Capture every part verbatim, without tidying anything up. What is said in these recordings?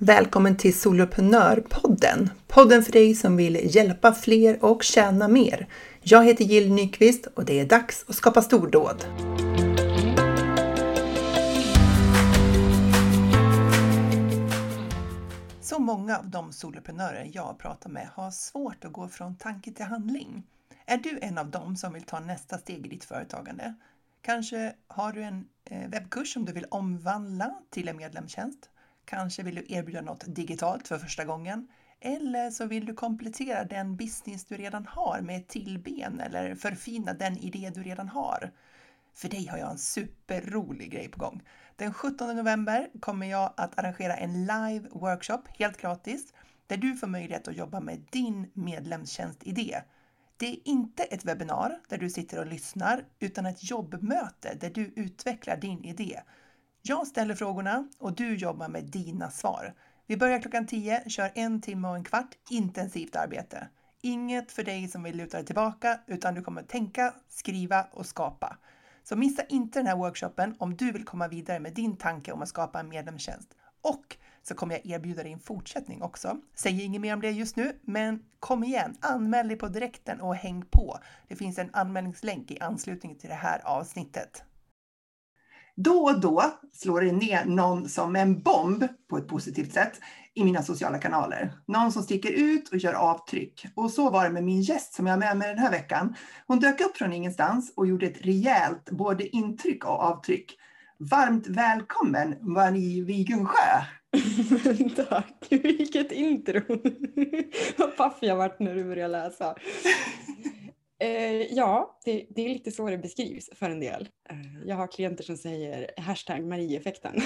Välkommen till Soloprenörpodden. Podden för dig som vill hjälpa fler och tjäna mer. Jag heter Jill Nyqvist och det är dags att skapa stordåd. Så många av de soloprenörer jag pratar med har svårt att gå från tanke till handling. Är du en av dem som vill ta nästa steg i ditt företagande? Kanske har du en webbkurs som du vill omvandla till en medlemstjänst? Kanske vill du erbjuda något digitalt för första gången. Eller så vill du komplettera den business du redan har med ett tillben eller förfina den idé du redan har. För dig har jag en superrolig grej på gång. Den sjuttonde november kommer jag att arrangera en live workshop helt gratis. Där du får möjlighet att jobba med din medlemstjänstidé. Det är inte ett webbinar där du sitter och lyssnar utan ett jobbmöte där du utvecklar din idé. Jag ställer frågorna och du jobbar med dina svar. Vi börjar klockan tio, kör en timme och en kvart intensivt arbete. Inget för dig som vill luta dig tillbaka utan du kommer tänka, skriva och skapa. Så missa inte den här workshopen om du vill komma vidare med din tanke om att skapa en medlemstjänst. Och så kommer jag erbjuda dig en fortsättning också. Säger inget mer om det just nu, men kom igen, anmäl dig på direkten och häng på. Det finns en anmälningslänk i anslutning till det här avsnittet. Då och då slår det ner någon som en bomb på ett positivt sätt i mina sociala kanaler. Någon som sticker ut och gör avtryck. Och så var det med min gäst som jag har med mig den här veckan. Hon dök upp från ingenstans och gjorde ett rejält både intryck och avtryck. Varmt välkommen Marie Wigensjö. Tack, vilket intro. Vad paff jag varit när du började läsa. Eh, ja, det, det är lite så det beskrivs för en del. Eh, jag har klienter som säger hashtag Marie-effekten.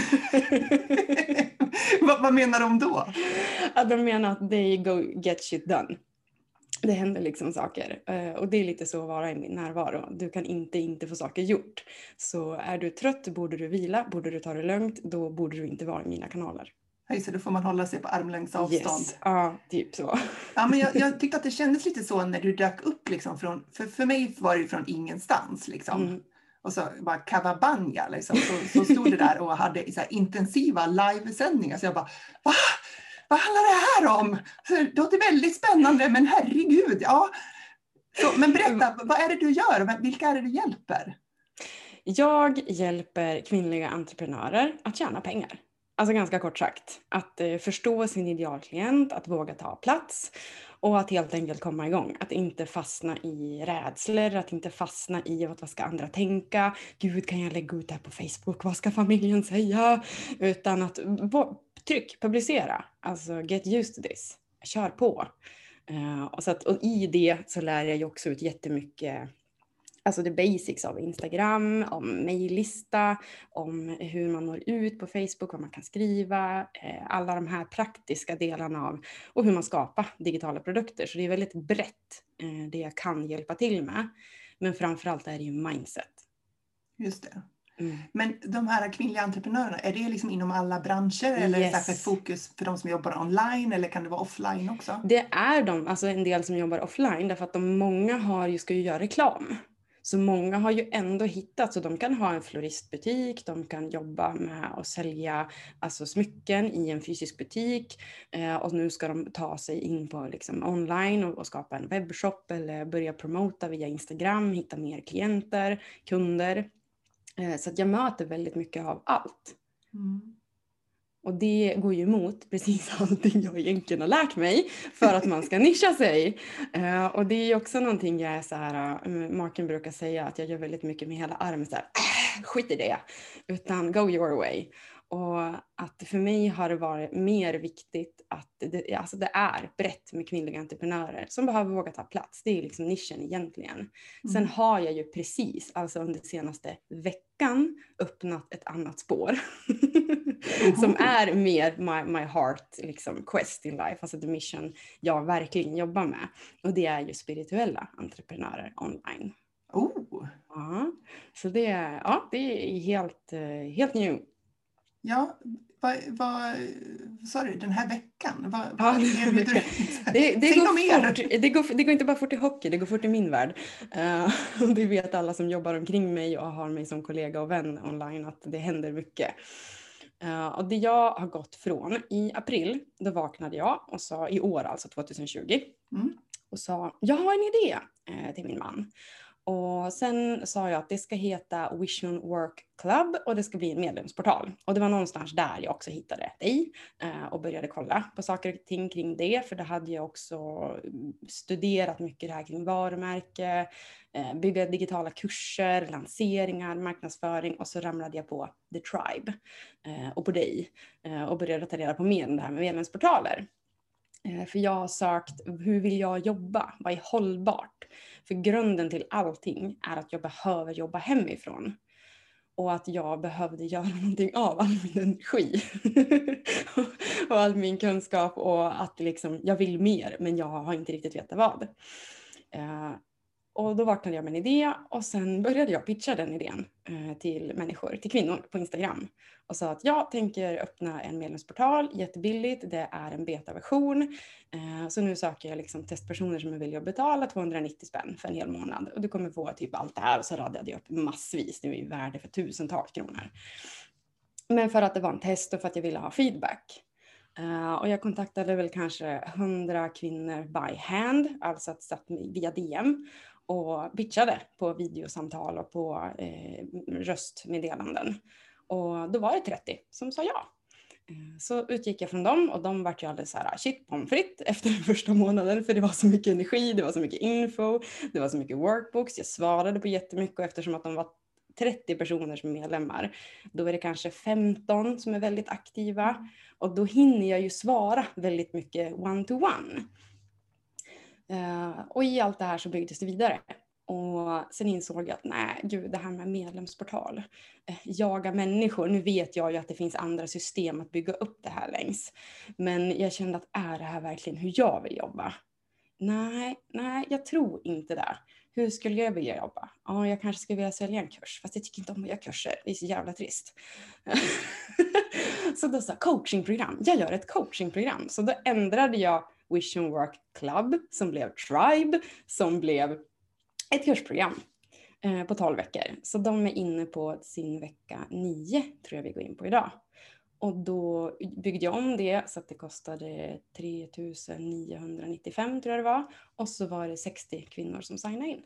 vad, vad menar de då? Att de menar att they go get shit done. Det händer liksom saker. Eh, och det är lite så att vara i min närvaro. Du kan inte inte få saker gjort. Så är du trött borde du vila. Borde du ta det lugnt, då borde du inte vara i mina kanaler. Hej, så då får man hålla sig på armlängds avstånd. Yes. Ja, typ så. Ja, men jag, jag tyckte att det kändes lite så när du dök upp liksom från, för, för mig var det från ingenstans liksom. Mm. Och så bara kavabanga liksom. Så, så stod det där och hade så här intensiva livesändningar. Så jag bara, va? Vad handlar det här om? Det låter väldigt spännande, men herregud, ja. Så, men berätta, vad är det du gör? Vilka är det du hjälper? Jag hjälper kvinnliga entreprenörer att tjäna pengar. Alltså ganska kort sagt, att eh, förstå sin idealklient, att våga ta plats och att helt enkelt komma igång. Att inte fastna i rädslor, att inte fastna i vad, vad ska andra tänka. Gud, kan jag lägga ut det här på Facebook? Vad ska familjen säga? Utan att tryck, publicera. Alltså get used to this. Kör på. Uh, och, så att, och i det så lär jag ju också ut jättemycket. Alltså the basics av Instagram, om mejllista, om hur man når ut på Facebook, vad man kan skriva, eh, alla de här praktiska delarna av och hur man skapar digitala produkter. Så det är väldigt brett eh, det jag kan hjälpa till med. Men framförallt är det ju mindset. Just det. Mm. Men de här kvinnliga entreprenörerna, är det liksom inom alla branscher eller yes. Särskilt fokus för de som jobbar online eller kan det vara offline också? Det är de, alltså en del som jobbar offline därför att de många har ju, ska ju göra reklam. Så många har ju ändå hittat, så de kan ha en floristbutik, de kan jobba med att sälja alltså smycken i en fysisk butik eh, och nu ska de ta sig in på liksom online och, och skapa en webbshop eller börja promota via Instagram, hitta mer klienter, kunder. Eh, så att jag möter väldigt mycket av allt. Mm. Och det går ju emot precis allting jag egentligen har lärt mig för att man ska nischa sig. Uh, och det är ju också någonting jag är så här, uh, Marken brukar säga att jag gör väldigt mycket med hela armen så här, äh, skit i det, utan go your way. Och att för mig har det varit mer viktigt att det, alltså det är brett med kvinnliga entreprenörer som behöver våga ta plats. Det är liksom nischen egentligen. Mm. Sen har jag ju precis, alltså under senaste veckan öppnat ett annat spår. som är mer my, my heart liksom, quest in life, alltså the mission jag verkligen jobbar med. Och det är ju spirituella entreprenörer online. Oh. Ja, så det, ja, det är helt, helt new. Ja, vad, vad sa du, den här veckan? Vad, ja, vad den veckan. Det, det, går fort, det, går, det går inte bara fort i hockey, det går fort i min värld. Uh, och det vet alla som jobbar omkring mig och har mig som kollega och vän online att det händer mycket. Uh, och det jag har gått från i april, då vaknade jag och sa, i år alltså tjugohundratjugo, Mm. och sa, jag har en idé eh, till min man. Och sen sa jag att det ska heta Vision Work Club och det ska bli en medlemsportal. Och det var någonstans där jag också hittade dig eh, och började kolla på saker och ting kring det. För det hade jag också studerat mycket det här kring varumärke, eh, bygga digitala kurser, lanseringar, marknadsföring, och så ramlade jag på The Tribe eh, och på dig eh, och började ta reda på mer om det här med medlemsportaler. För jag har sagt, hur vill jag jobba? Vad är hållbart? För grunden till allting är att jag behöver jobba hemifrån. Och att jag behövde göra någonting av all min energi. och all min kunskap. Och att liksom, jag vill mer, men jag har inte riktigt vetat vad. Och då vaknade jag med en idé och sen började jag pitcha den idén eh, till människor, till kvinnor på Instagram. Och sa att jag tänker öppna en medlemsportal, jättebilligt, det är en betaversion. Eh, så nu söker jag liksom testpersoner som vill betala tvåhundranittio spänn för en hel månad. Och du kommer få typ allt det här, och så radade jag upp massvis, nu är det värde för tusentals kronor. Men för att det var en test och för att jag ville ha feedback. Uh, och jag kontaktade väl kanske hundra kvinnor by hand, alltså att satt via D M och bitchade på videosamtal och på eh, röstmeddelanden. Och då var det trettio som sa ja. Uh, så utgick jag från dem och de vart ju alldeles så här shit pommes frites efter den första månaden, för det var så mycket energi, det var så mycket info, det var så mycket workbooks, jag svarade på jättemycket, och eftersom att de var trettio personer som är medlemmar, då är det kanske femton som är väldigt aktiva, och då hinner jag ju svara väldigt mycket one-to-one. Uh, och i allt det här så byggdes det vidare. Och sen insåg jag att nej, gud, det här med medlemsportal, uh, jaga människor, nu vet jag ju att det finns andra system att bygga upp det här längs. Men jag kände att är det här verkligen hur jag vill jobba? Nej, nej, jag tror inte det. Hur skulle jag vilja jobba? Ja, jag kanske skulle vilja sälja en kurs. Fast jag tycker inte om att göra kurser. Det är så jävla trist. Så då sa jag coachingprogram. Jag gör ett coachingprogram. Så då ändrade jag Vision Work Club, som blev Tribe, som blev ett kursprogram eh, på tolv veckor. Så de är inne på sin vecka nio, tror jag vi går in på idag. Och då byggde jag om det så att det kostade tre tusen niohundranittiofem, tror jag det var. Och så var det sextio kvinnor som signade in.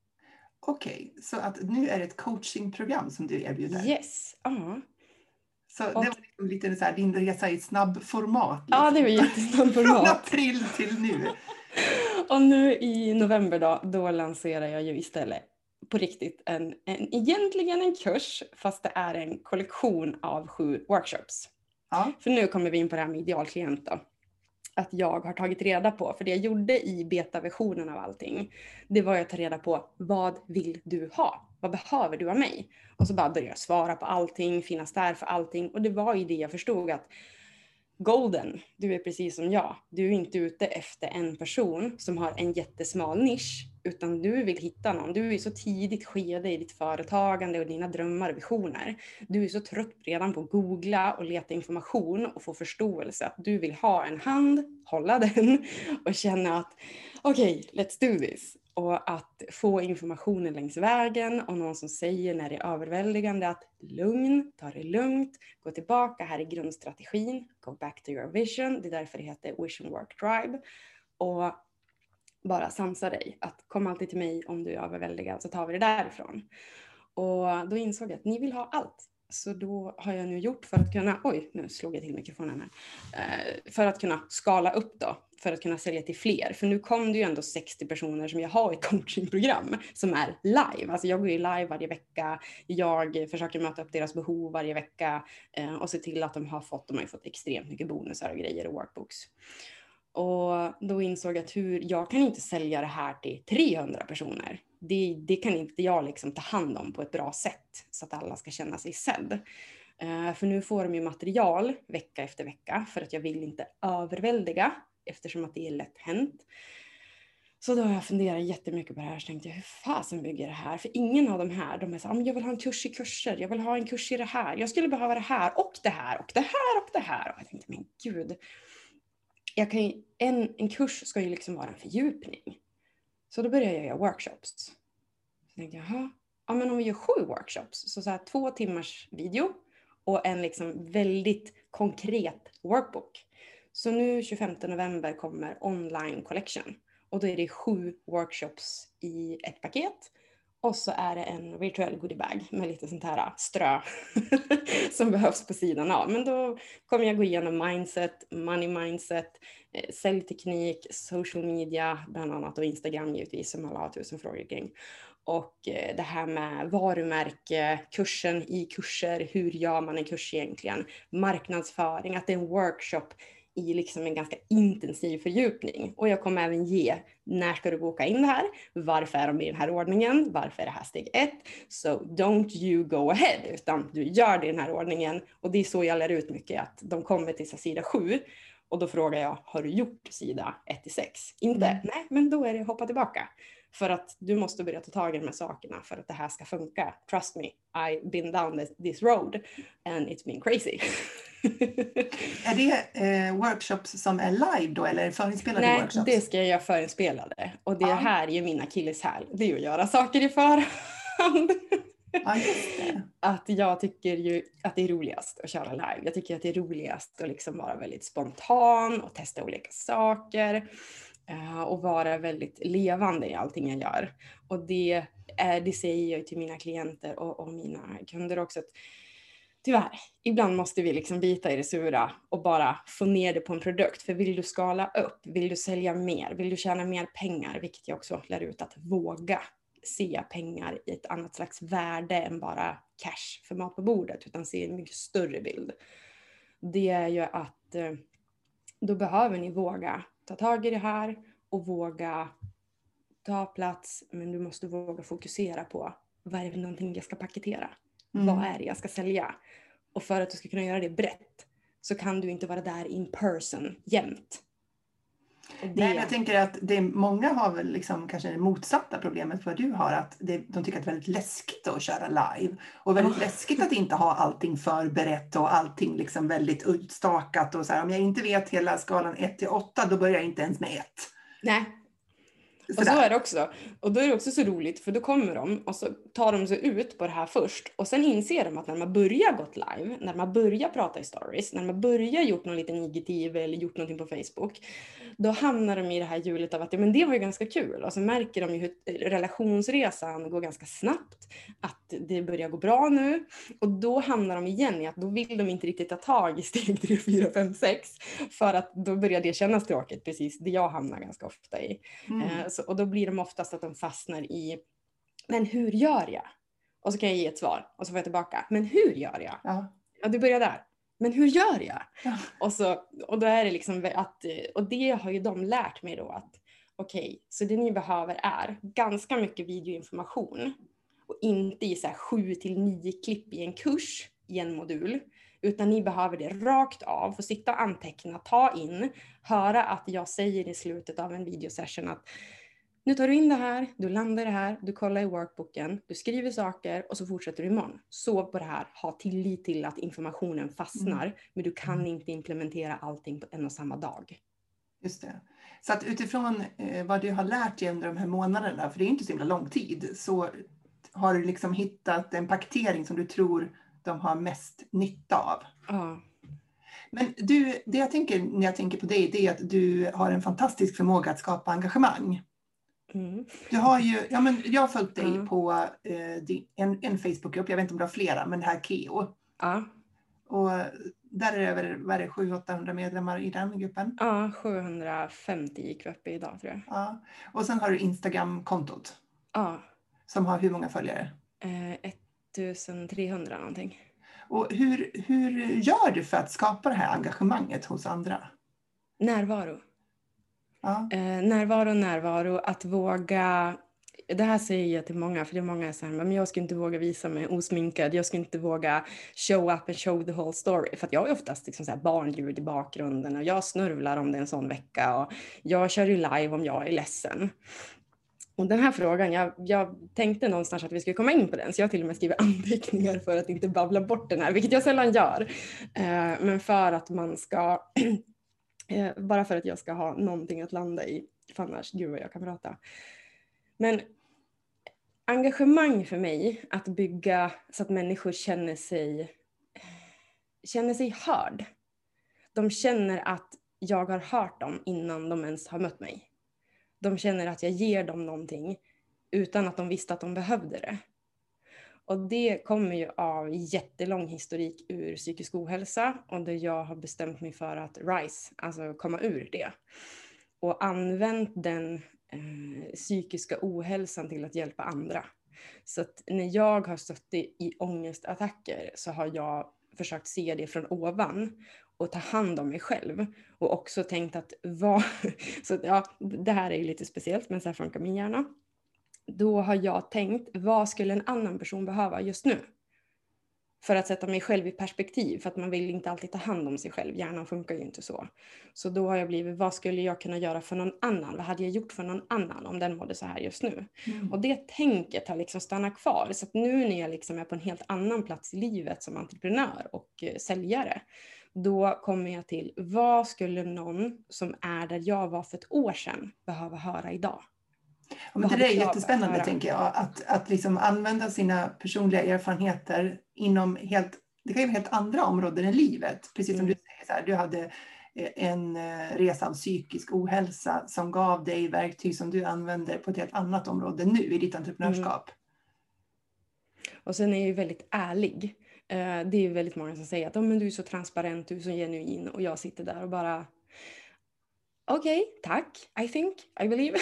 Okej, okay, så att nu är det ett coachingprogram som du erbjuder? Yes, ja. Uh-huh. Så och, det var liksom lite så här, din resa i snabb format? Liksom. Ja, det var jättesnabb format. Från april till nu. Och nu i november då, då lanserar jag ju istället på riktigt en, en, egentligen en kurs, fast det är en kollektion av sju workshops. Ja. För nu kommer vi in på det här med idealklient då. Att jag har tagit reda på, för det jag gjorde i betaversionen av allting, det var att ta reda på, vad vill du ha? Vad behöver du av mig? Och så bara började jag svara på allting, finnas där för allting. Och det var ju det jag förstod, att golden, du är precis som jag. Du är inte ute efter en person som har en jättesmal nisch, utan du vill hitta någon. Du är så tidigt skede i ditt företagande och dina drömmar och visioner. Du är så trött redan på att googla och leta information och få förståelse, att du vill ha en hand, hålla den och känna att okej, okay, let's do this. Och att få informationen längs vägen och någon som säger när det är överväldigande att lugn, ta det lugnt, gå tillbaka, här är grundstrategin, go back to your vision, det är därför det heter Vision Work Tribe. Och bara sansa dig, att kom alltid till mig om du är överväldigad, så tar vi det därifrån. Och då insåg jag att ni vill ha allt. Så då har jag nu gjort för att kunna, oj nu slog jag till mikrofonen här, eh, för att kunna skala upp då, för att kunna sälja till fler. För nu kom det ju ändå sextio personer som jag har i coachingprogram som är live. Alltså jag går ju live varje vecka, jag försöker möta upp deras behov varje vecka eh, och se till att de har fått, de har ju fått extremt mycket bonusar och grejer och workbooks. Och då insåg jag att hur, jag kan inte sälja det här till trehundra personer. Det, det kan inte jag liksom ta hand om på ett bra sätt så att alla ska känna sig sedd. Uh, för nu får de ju material vecka efter vecka för att jag vill inte överväldiga eftersom att det är lätt hänt. Så då har jag funderat jättemycket på det här och tänkte jag, hur fasen bygger det här? För ingen av de här, de är så här, jag vill ha en kurs i kurser, jag vill ha en kurs i det här, jag skulle behöva det här och det här och det här och det här. Och jag tänkte, men gud, jag kan ju, en, en kurs ska ju liksom vara en fördjupning. Så då började jag göra workshops. Så tänkte jag, jaha, ja men om vi gör sju workshops, så, så här två timmars video och en liksom väldigt konkret workbook. Så nu tjugofemte november kommer online collection. Och då är det sju workshops i ett paket. Och så är det en virtuell goodiebag med lite sånt här strö som behövs på sidan av. Men då kommer jag gå igenom mindset, money mindset, eh, säljteknik, social media bland annat och Instagram givetvis som alla har tusen frågor kring. Och eh, det här med varumärke, kursen i kurser, hur gör man en kurs egentligen? Marknadsföring, att det är en workshop i liksom en ganska intensiv fördjupning. Och jag kommer även ge, när ska du boka in det här? Varför är de i den här ordningen? Varför är det här steg ett? So don't you go ahead, utan du gör det i den här ordningen. Och det är så jag lär ut mycket, att de kommer till sida sju och då frågar jag, har du gjort sida ett till sex? Inte, mm. nej, men då är det hoppa tillbaka. För att du måste börja ta tag i de här sakerna för att det här ska funka. Trust me, I've been down this, this road and it's been crazy. Är det eh, workshops som är live då eller förinspelade Nej, workshops? Nej, det ska jag göra förinspelade. Och det ja. här är ju min akilleshäl. Det är att göra saker i förhand. Ja, just det. Att jag tycker ju att det är roligast att köra live. Jag tycker att det är roligast att liksom vara väldigt spontan och testa olika saker. Och vara väldigt levande i allting jag gör. Och det, är, det säger jag till mina klienter och, och mina kunder också. Att tyvärr, ibland måste vi liksom bita i det sura och bara få ner det på en produkt. För vill du skala upp, vill du sälja mer, vill du tjäna mer pengar, vilket jag också lär ut, att våga se pengar i ett annat slags värde än bara cash för mat på bordet, utan se en mycket större bild. Det är ju att då behöver ni våga ta tag i det här och våga ta plats, men du måste våga fokusera på vad är det någonting jag ska paketera. Mm. Vad är det jag ska sälja? Och för att du ska kunna göra det brett så kan du inte vara där in person jämt. Det... Nej, jag tänker att det, många har väl liksom kanske det motsatta problemet vad du har. Att det, de tycker att det är väldigt läskigt att köra live. Och väldigt oh. läskigt att inte ha allting förberett och allting liksom väldigt utstakat. Och så här, om jag inte vet hela skalan ett till åtta då börjar jag inte ens med ett. Nej. Och så är det också. Och då är det också så roligt, för då kommer de och så tar de sig ut på det här först. Och sen inser de att när man börjar gått live, när man börjar prata i stories, när man börjar gjort någon liten I G T V eller gjort någonting på Facebook, då hamnar de i det här hjulet av att ja, men det var ju ganska kul. Och så märker de ju hur relationsresan går ganska snabbt, att det börjar gå bra nu. Och då hamnar de igen i att då vill de inte riktigt ta tag i steg tre, fyra, fem, sex. För att då börjar det kännas tråkigt, precis det jag hamnar ganska ofta i. Mm. Så, och då blir de oftast att de fastnar i, men hur gör jag? Och så kan jag ge ett svar och så får jag tillbaka, men hur gör jag? Ja, ja du börjar där. Men hur gör jag? Ja. Och, så, och då är det liksom att, och det har ju de lärt mig då att okej, okay, så det ni behöver är ganska mycket videoinformation och inte i så här sju till nio klipp i en kurs i en modul. Utan ni behöver det rakt av, få sitta och anteckna, ta in, höra att jag säger i slutet av en videosession att nu tar du in det här, du landar det här, du kollar i workbooken, du skriver saker och så fortsätter du imorgon. Sov på det här, ha tillit till att informationen fastnar, mm. men du kan inte implementera allting på en och samma dag. Just det. Så att utifrån eh, vad du har lärt dig under de här månaderna, för det är inte så himla lång tid, så har du liksom hittat en paketering som du tror de har mest nytta av. Ja. Men du, det jag tänker när jag tänker på dig, det är att du har en fantastisk förmåga att skapa engagemang. Mm. Du har ju, ja men jag har följt dig mm. på eh, en, en Facebookgrupp, jag vet inte om du har flera, men det här Keo. Ja. Och där är det över, vad är det, sju åttahundra medlemmar i den gruppen? Ja, sjuhundrafemtio gick vi upp i idag tror jag. Ja. Och sen har du Instagram-kontot. Ja. Som har hur många följare? Eh, ettusen trehundra någonting. Och hur, hur gör du för att skapa det här engagemanget hos andra? Närvaro. Ja. Eh, närvaro, närvaro. Att våga... Det här säger jag till många, för det är många som säger men jag skulle inte våga visa mig osminkad. Jag skulle inte våga show up and show the whole story. För att jag är oftast liksom så här barnljud i bakgrunden och jag snurvlar om det är en sån vecka. Och jag kör ju live om jag är ledsen. Och den här frågan, jag, jag tänkte någonstans att vi skulle komma in på den. Så jag till och med skriver anteckningar för att inte babbla bort den här. Vilket jag sällan gör. Eh, men för att man ska... eh, bara för att jag ska ha någonting att landa i. För annars, gud vad jag kan prata. Men engagemang för mig, att bygga så att människor känner sig känner sig hörd. De känner att jag har hört dem innan de ens har mött mig. De känner att jag ger dem någonting utan att de visste att de behövde det. Och det kommer ju av jättelång historik ur psykisk ohälsa och där jag har bestämt mig för att rise, alltså komma ur det. Och använt den eh, psykiska ohälsan till att hjälpa andra. Så att när jag har stått i, i ångestattacker så har jag försökt se det från ovan och ta hand om mig själv. Och också tänkt att vad... Så ja, det här är ju lite speciellt, men så här funkar min hjärna. Då har jag tänkt, vad skulle en annan person behöva just nu? För att sätta mig själv i perspektiv, för att man vill inte alltid ta hand om sig själv. Hjärnan funkar ju inte så. Så då har jag blivit, vad skulle jag kunna göra för någon annan? Vad hade jag gjort för någon annan om den mådde så här just nu? Mm. Och det tänket har liksom stannat kvar. Så att nu när jag liksom är på en helt annan plats i livet som entreprenör och eh, säljare, då kommer jag till, vad skulle någon som är där jag var för ett år sedan behöva höra idag? Ja, men det där är jättespännande, tänker jag, att, att liksom använda sina personliga erfarenheter inom helt, det kan ju vara helt andra områden i livet. Precis som mm. du säger, så här, du hade en resa av psykisk ohälsa som gav dig verktyg som du använder på ett helt annat område nu i ditt entreprenörskap. Mm. Och sen är jag ju väldigt ärlig. Det är ju väldigt många som säger att oh, men du är så transparent, du är så genuin, och jag sitter där och bara... Okej, okay, tack. I think, I believe.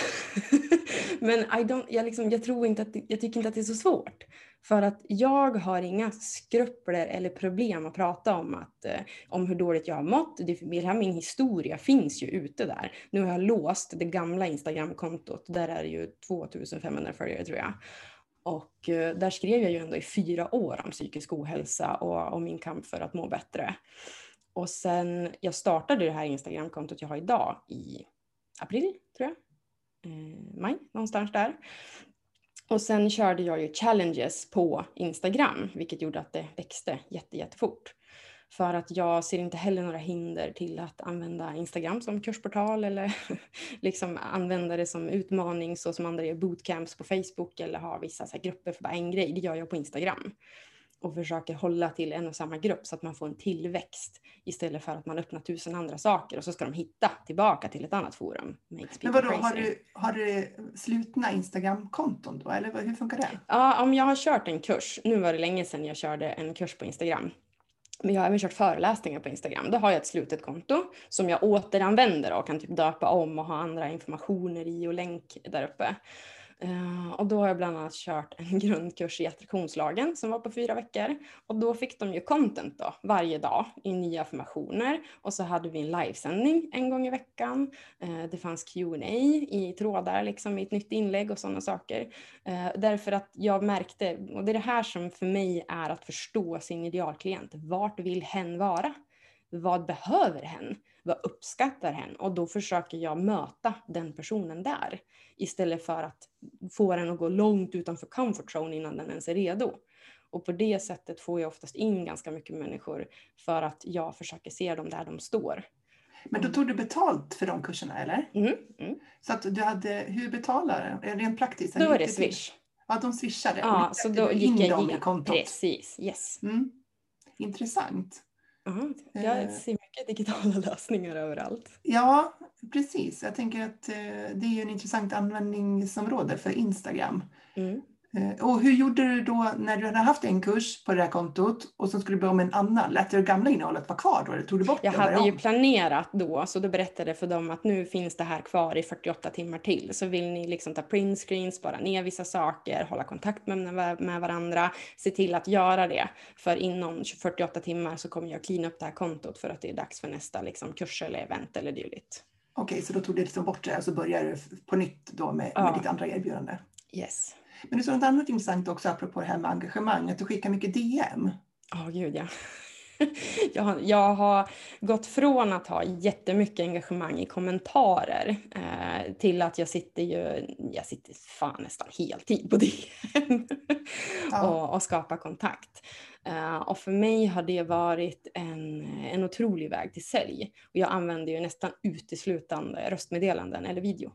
Men I don't, jag, liksom, jag tror inte att, jag tycker inte att det är så svårt. För att jag har inga skrupler eller problem att prata om, att, eh, om hur dåligt jag har mått. Det, det här, min historia finns ju ute där. Nu har jag låst det gamla Instagram-kontot. Där är det ju tvåtusen femhundra följare, tror jag. Och eh, där skrev jag ju ändå i fyra år om psykisk ohälsa och om min kamp för att må bättre. Och sen, jag startade det här Instagram-kontot jag har idag i april, tror jag. Eh, maj, någonstans där. Och sen körde jag ju challenges på Instagram, vilket gjorde att det växte jätte, jättefort. För att jag ser inte heller några hinder till att använda Instagram som kursportal eller liksom använda det som utmaning, så som andra gör bootcamps på Facebook eller har vissa så här grupper för bara en grej. Det gör jag på Instagram. Och försöker hålla till en och samma grupp så att man får en tillväxt istället för att man öppnar tusen andra saker och så ska de hitta tillbaka till ett annat forum. Men vadå, har du, har du slutna Instagram-konton då? Eller hur funkar det? Ja, om jag har kört en kurs. Nu var det länge sedan jag körde en kurs på Instagram. Men jag har även kört föreläsningar på Instagram. Då har jag ett slutet konto som jag återanvänder och kan typ döpa om och ha andra informationer i och länk där uppe. Uh, och då har jag bland annat kört en grundkurs i attraktionslagen som var på fyra veckor. Och då fick de ju content då, varje dag i nya affirmationer. Och så hade vi en livesändning en gång i veckan. Uh, det fanns Q and A i trådar liksom, i ett nytt inlägg och sådana saker. Uh, därför att jag märkte, och det är det här som för mig är att förstå sin idealklient. Vart vill hen vara? Vad behöver hen? Vad uppskattar hen? Och då försöker jag möta den personen där. Istället för att få den att gå långt utanför comfort zone innan den ens är redo. Och på det sättet får jag oftast in ganska mycket människor. För att jag försöker se dem där de står. Men då tog du betalt för de kurserna, eller? Mm, mm. Så att du hade, hur betalar det? Är det en praktiskt? Då är det Swish. Ja, de swishade. Ja, så då gick jag in. I kontot. Precis, yes. Mm. Intressant. Uh-huh. Jag ser mycket digitala lösningar överallt. Ja, precis. Jag tänker att eh, det är en intressant användningsområde för Instagram. Mm. Eh, och hur gjorde du då när du hade haft en kurs på det här kontot och så skulle du börja med en annan? Lät det gamla innehållet vara kvar då? Eller tog du bort jag det? Jag hade ju om? planerat då, så då berättade jag för dem att nu finns det här kvar i fyrtioåtta timmar till. Så vill ni liksom ta printscreens, spara ner vissa saker, hålla kontakt med, med varandra, se till att göra det. För inom fyrtioåtta timmar så kommer jag clean upp det här kontot för att det är dags för nästa liksom, kurs eller event eller dylikt. Okej, okay, så då tog du liksom bort det och så börjar du på nytt då med, ja. med ditt andra erbjudande? Yes. Men det är något annat intressant också apropå det här med engagemang, att du skickar mycket D M. Ja, oh, gud ja. jag, har, jag har gått från att ha jättemycket engagemang i kommentarer eh, till att jag sitter ju, jag sitter fan nästan heltid på D M ja. och, och skapar kontakt. Uh, och för mig har det varit en, en otrolig väg till sälj. Och jag använder ju nästan uteslutande röstmeddelanden eller video.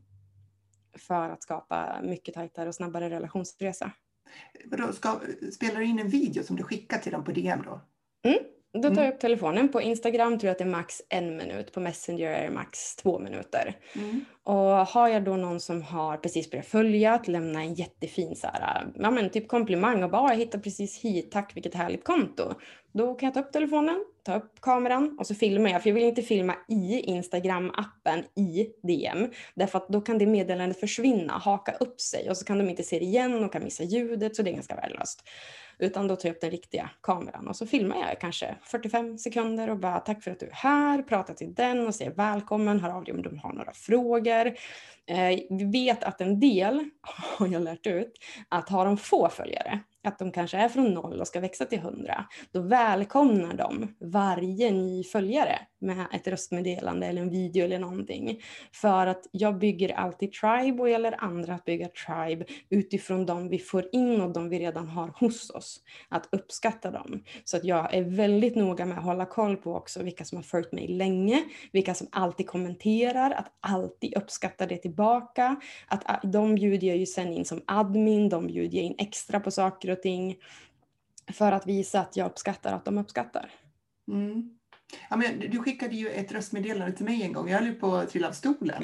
För att skapa mycket tajtare och snabbare relationsresa. Då ska, spelar du in en video som du skickar till dem på D M då? Mm. Då tar Mm. jag upp telefonen. På Instagram tror jag att det är max en minut. På Messenger är det max två minuter. Mm. Och har jag då någon som har precis börjat följa, att lämna en jättefin så här, ja men typ komplimang och bara, jag hittar precis hit, tack vilket härligt konto. Då kan jag ta upp telefonen, ta upp kameran och så filmar jag. För jag vill inte filma i Instagram-appen i D M. Därför att då kan det meddelandet försvinna, haka upp sig och så kan de inte se det igen och kan missa ljudet, så det är ganska värdelöst. Utan då tar jag upp den riktiga kameran och så filmar jag kanske fyrtiofem sekunder och bara tack för att du är här, pratar till den och säger välkommen, hör av dig om de har några frågor. Eh, vi vet att en del, har jag lärt ut, att har de få följare, att de kanske är från noll och ska växa till hundra, då välkomnar de varje ny följare med ett röstmeddelande eller en video eller någonting. För att jag bygger alltid tribe och jag lär andra att bygga tribe utifrån de vi får in och de vi redan har hos oss. Att uppskatta dem. Så att jag är väldigt noga med att hålla koll på också vilka som har följt mig länge, vilka som alltid kommenterar, att alltid uppskatta det tillbaka. Att de bjuder jag ju sen in som admin, de bjuder jag in extra på saker och ting för att visa att jag uppskattar att de uppskattar. Mm. Ja, men du skickade ju ett röstmeddelande till mig en gång. Jag höll ju på att trilla av stolen.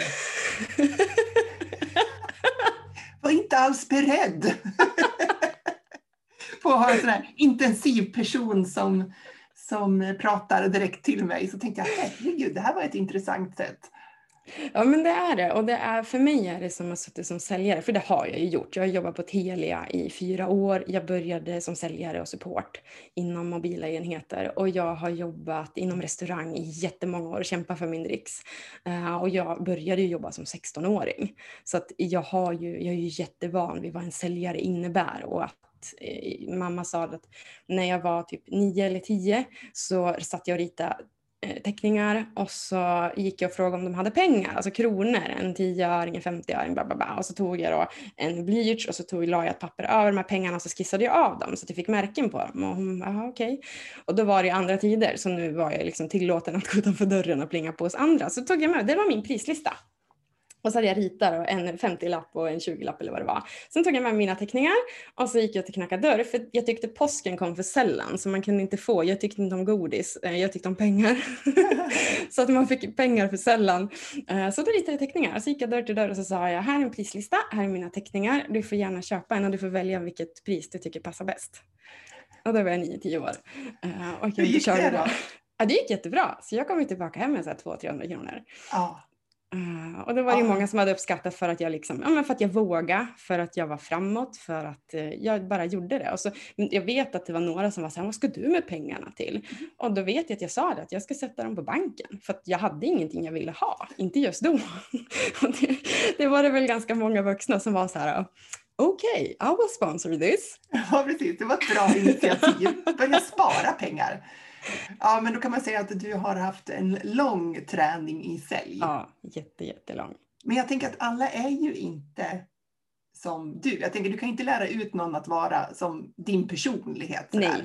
Var inte alls beredd på att ha en sån här intensiv person som, som pratar direkt till mig. Så tänkte jag, herregud, det här var ett intressant sätt. Ja, men det är det. Och det är, för mig är det som att sitta som säljare. För det har jag ju gjort. Jag har jobbat på Telia i fyra år. Jag började som säljare och support inom mobila enheter. Och jag har jobbat inom restaurang i jättemånga år och kämpat för min dricks. Uh, och jag började ju jobba som sexton-åring. Så att jag, har ju, jag är ju jättevan vid vad en säljare innebär. Och att mamma sa att när jag var typ nio eller tio så satt jag och ritade teckningar och så gick jag och frågade om de hade pengar, alltså kronor, en tioöring, en femtioöring, bla bla bla. Och så tog jag då en blyerts och så tog, la jag ett papper över de här pengarna och så skissade jag av dem så att jag fick märken på dem. Och hon, aha, okej. Okay. Och då var det ju andra tider, så nu var jag liksom tillåten att gå utanför dörren och plinga på hos andra. Så tog jag med, det var min prislista. Och så hade jag ritat en femtio-lapp och en tjugo-lapp eller vad det var. Sen tog jag med mina teckningar och så gick jag till knacka dörr. För jag tyckte påsken kom för sällan så man kunde inte få. Jag tyckte inte om godis, jag tyckte om pengar. Så att man fick pengar för sällan. Så då ritade jag teckningar. Så gick jag dörr till dörr och så sa jag, här är en prislista, här är mina teckningar. Du får gärna köpa en och du får välja vilket pris du tycker passar bäst. Och då var jag nio tio år. Och hur gick det då? Ja, det gick jättebra. Så jag kom tillbaka hem med så här två till trehundra kronor. Ja. Uh, och då var det ju många som hade uppskattat för att jag liksom, ja men för att jag vågade, för att jag var framåt, för att uh, jag bara gjorde det. Och så, jag vet att det var några som var så här, vad ska du med pengarna till? Mm. Och då vet jag att jag sa det, att jag ska sätta dem på banken. För att jag hade ingenting jag ville ha, inte just då. Och det, det var det väl ganska många vuxna som var så här, okej, okay, I will sponsor this. Ja, precis. Det var ett bra initiativ. Börja spara pengar. Ja, men då kan man säga att du har haft en lång träning i sälj. Ja, jätte, jättelång. Men jag tänker att alla är ju inte som du. Jag tänker, du kan inte lära ut någon att vara som din personlighet. Nej.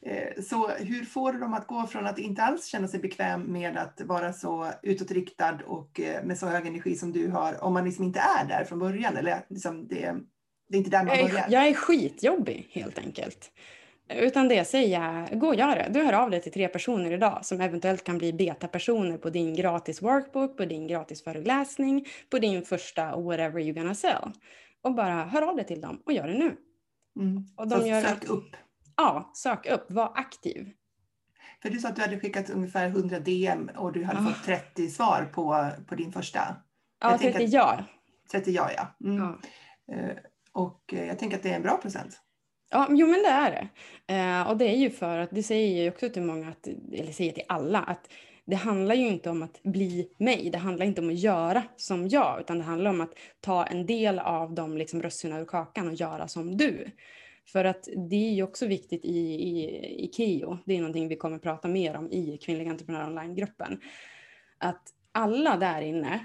Så hur får du dem att gå från att inte alls känna sig bekväm med att vara så utåtriktad och med så hög energi som du har, om man liksom inte är där från början? Eller liksom det, det är inte där man jag är, börjar. Jag är skitjobbig helt enkelt. Utan det säger jag, gå och gör det. Du hör av dig till tre personer idag som eventuellt kan bli betapersoner på din gratis workbook, på din gratis föreläsning, på din första whatever you're gonna sell. Och bara hör av dig till dem och gör det nu. Mm. Och de Så gör... sök upp. Ja, sök upp. Var aktiv. För du sa att du hade skickat ungefär hundra D M och du hade oh. fått trettio svar på, på din första. Ja, jag trettio ja. trettio ja, ja. Mm. ja. Uh, och jag tänker att det är en bra procent. Ja, jo men det är det. Eh, och det är ju för att, det säger jag också till många, att, eller säger till alla, att det handlar ju inte om att bli mig. Det handlar inte om att göra som jag, utan det handlar om att ta en del av de liksom rössorna ur kakan och göra som du. För att det är ju också viktigt i, i, i Kio, det är någonting vi kommer att prata mer om i Kvinnliga Entreprenörer Online-gruppen, att alla där inne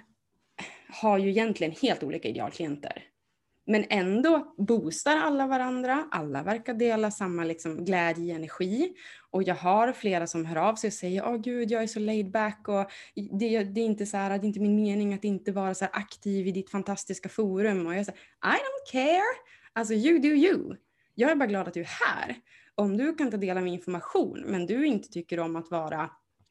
har ju egentligen helt olika idealklienter. Men ändå boostar alla varandra. Alla verkar dela samma liksom glädje och energi. Och jag har flera som hör av sig och säger, åh gud, jag är så laid back. Och det, det är inte så här, det är inte min mening att inte vara så här aktiv i ditt fantastiska forum. Och jag säger, I don't care. Alltså, you do you. Jag är bara glad att du är här. Om du kan ta del av information men du inte tycker om att vara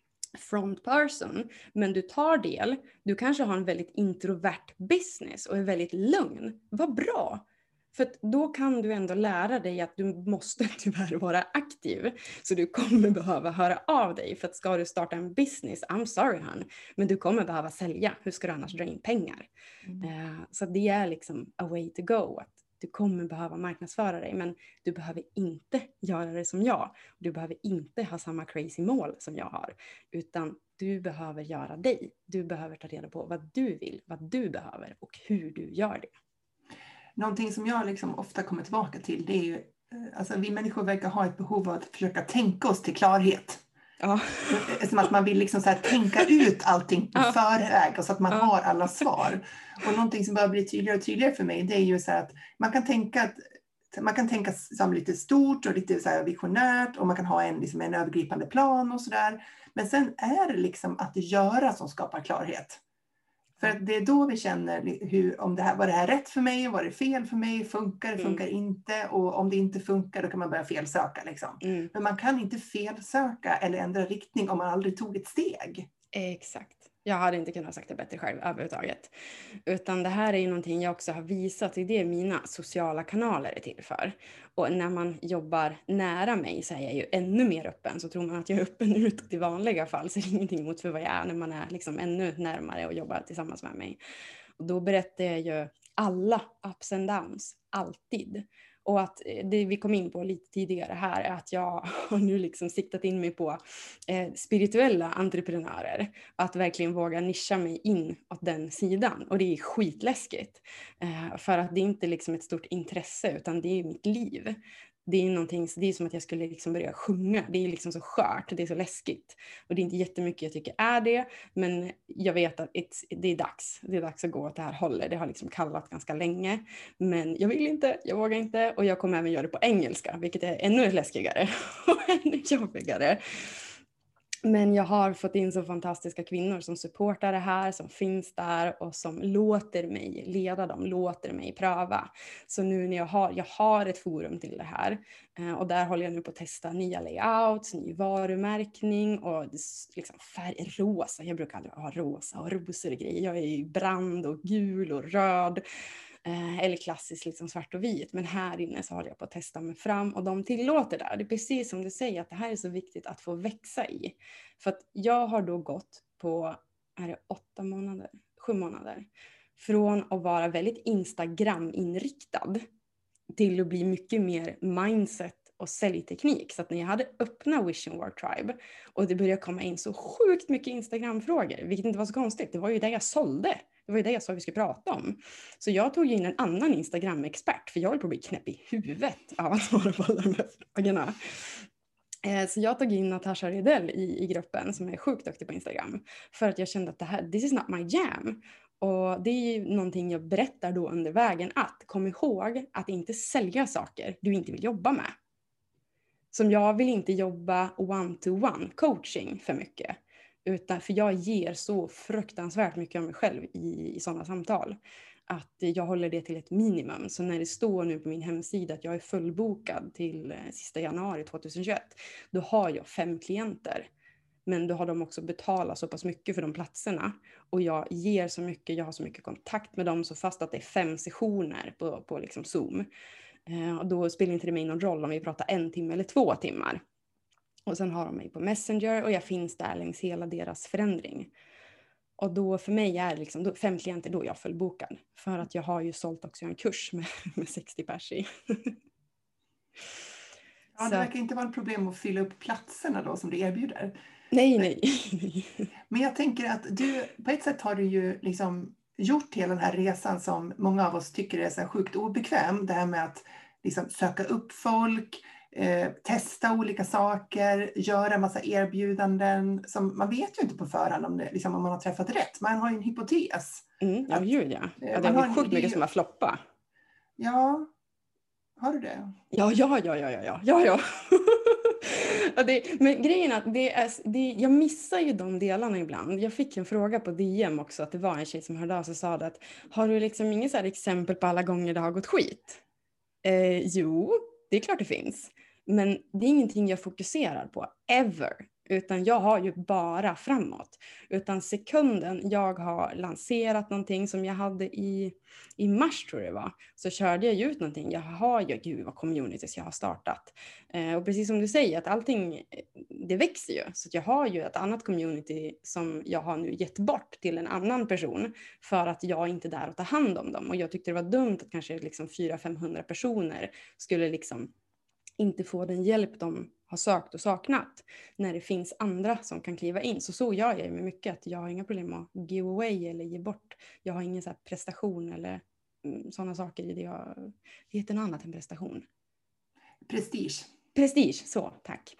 front person, men du tar del, du kanske har en väldigt introvert business och är väldigt lugn. Vad bra! För att då kan du ändå lära dig att du måste tyvärr vara aktiv. Så du kommer behöva höra av dig. För att ska du starta en business, I'm sorry hon, men du kommer behöva sälja. Hur ska du annars dra in pengar? Mm. Uh, så det är liksom a way to go. Att du kommer behöva marknadsföra dig, men du behöver inte göra det som jag. Du behöver inte ha samma crazy mål som jag har. Utan du behöver göra dig. Du behöver ta reda på vad du vill, vad du behöver och hur du gör det. Någonting som jag liksom ofta kommer tillbaka till, det är ju, alltså vi människor verkar ha ett behov av att försöka tänka oss till klarhet. Ja. Som att man vill liksom så här tänka ut allting på ja. förväg och så att man ja. har alla svar. Och någonting som börjar bli tydligare och tydligare för mig, det är ju så här att man kan tänka att man kan tänka som lite stort och lite så här visionärt och man kan ha en, liksom en övergripande plan och sådär. Men sen är det liksom att göra som skapar klarhet. För att det är då vi känner hur, om det här, var det här rätt för mig, var det fel för mig, funkar det, funkar mm. inte. Och om det inte funkar då kan man börja felsöka. Liksom. Mm. Men man kan inte felsöka eller ändra riktning om man aldrig tog ett steg. Exakt. Jag hade inte kunnat sagt det bättre själv överhuvudtaget. Utan det här är ju någonting jag också har visat. Det är mina sociala kanaler är till för. Och när man jobbar nära mig så är jag ju ännu mer öppen. Så tror man att jag är öppen utåt i vanliga fall. Så är det ingenting emot för vad jag är när man är liksom ännu närmare och jobbar tillsammans med mig. Och då berättar jag ju alla ups and downs. Alltid. Och att det vi kom in på lite tidigare här är att jag har nu liksom siktat in mig på eh, spirituella entreprenörer. Att verkligen våga nischa mig in åt den sidan. Och det är skitläskigt. Eh, för att det är inte liksom ett stort intresse utan det är mitt liv. Det är någonting, det är som att jag skulle liksom börja sjunga. Det är liksom så skört, det är så läskigt. Och det är inte jättemycket jag tycker är det. Men jag vet att det är dags. Det är dags att gå åt det här hållet. Det har liksom kallat ganska länge. Men jag vill inte, jag vågar inte. Och jag kommer även göra det på engelska. Vilket är ännu läskigare och ännu jobbigare. Men jag har fått in så fantastiska kvinnor som supportar det här, som finns där och som låter mig leda dem, låter mig pröva. Så nu när jag har, jag har ett forum till det här och där håller jag nu på att testa nya layouts, ny varumärkning och liksom färg, rosa. Jag brukar aldrig ha rosa och rosor och grejer. Jag är ju brand och gul och röd. Eller klassiskt liksom svart och vit. Men här inne så håller jag på att testa mig fram. Och de tillåter det. Det är precis som du säger att det här är så viktigt att få växa i. För att jag har då gått på, är det åtta månader? Sju månader. Från att vara väldigt Instagram-inriktad till att bli mycket mer mindset och säljteknik. Så att när jag hade öppnat Vision World Tribe och det började komma in så sjukt mycket Instagram-frågor. Vilket inte var så konstigt. Det var ju det jag sålde. Det var ju det jag sa vi skulle prata om. Så jag tog in en annan Instagram-expert. För jag höll på att bli knäpp i huvudet av att svara på alla de här frågorna. Så jag tog in Natasha Rydell i, i gruppen som är sjukt duktig på Instagram. För att jag kände att det här, this is not my jam. Och det är ju någonting jag berättar då under vägen. Att kom ihåg att inte sälja saker du inte vill jobba med. Som jag vill inte jobba one-to-one coaching för mycket. Utan för jag ger så fruktansvärt mycket av mig själv i, i sådana samtal. Att jag håller det till ett minimum. Så när det står nu på min hemsida att jag är fullbokad till eh, sista januari tjugohundratjugoett. Då har jag fem klienter. Men då har de också betalat så pass mycket för de platserna. Och jag ger så mycket, jag har så mycket kontakt med dem. Så fast att det är fem sessioner på, på liksom Zoom. Eh, och då spelar inte det mig någon roll om vi pratar en timme eller två timmar. Och sen har de mig på Messenger och jag finns där längs hela deras förändring. Och då för mig är det liksom, då, fem klienter då är jag fullbokad. För att jag har ju sålt också en kurs med, med sextio pers i. Ja, det verkar inte vara ett problem att fylla upp platserna då som du erbjuder. Nej, nej. Men jag tänker att du, på ett sätt har du ju liksom gjort hela den här resan som många av oss tycker är så här sjukt obekväm. Det här med att liksom söka upp folk. Eh, testa olika saker, göra massa erbjudanden som man vet ju inte på förhand om, det, liksom, om man har träffat rätt. Man har ju en hypotes. Mm, ja, ju, ja. ja det är sjukt mycket som har floppat. Ja, har du det? Ja, ja, ja, ja, ja, ja, ja. ja det, men grejen är att det är, det, jag missar ju de delarna ibland. Jag fick en fråga på D M också, att det var en tjej som hörde av sig och sa att har du liksom inget så här exempel på alla gånger det har gått skit? Eh, jo, det är klart det finns. Men det är ingenting jag fokuserar på, ever. Utan jag har ju bara framåt. Utan sekunden jag har lanserat någonting som jag hade i, i mars tror jag det var. Så körde jag ju ut någonting. Jag har ju, gud vad communities jag har startat. Eh, och precis som du säger, att allting, det växer ju. Så att jag har ju ett annat community som jag har nu gett bort till en annan person. För att jag inte är där och tar hand om dem. Och jag tyckte det var dumt att kanske liksom fyra till femhundra personer skulle liksom inte få den hjälp de har sökt och saknat när det finns andra som kan kliva in. Så så gör jag med mycket, att jag har inga problem att give away eller ge bort. Jag har ingen så här prestation eller mm, sådana saker i det jag... Det heter något annat än prestation. Prestige. Prestige, så tack.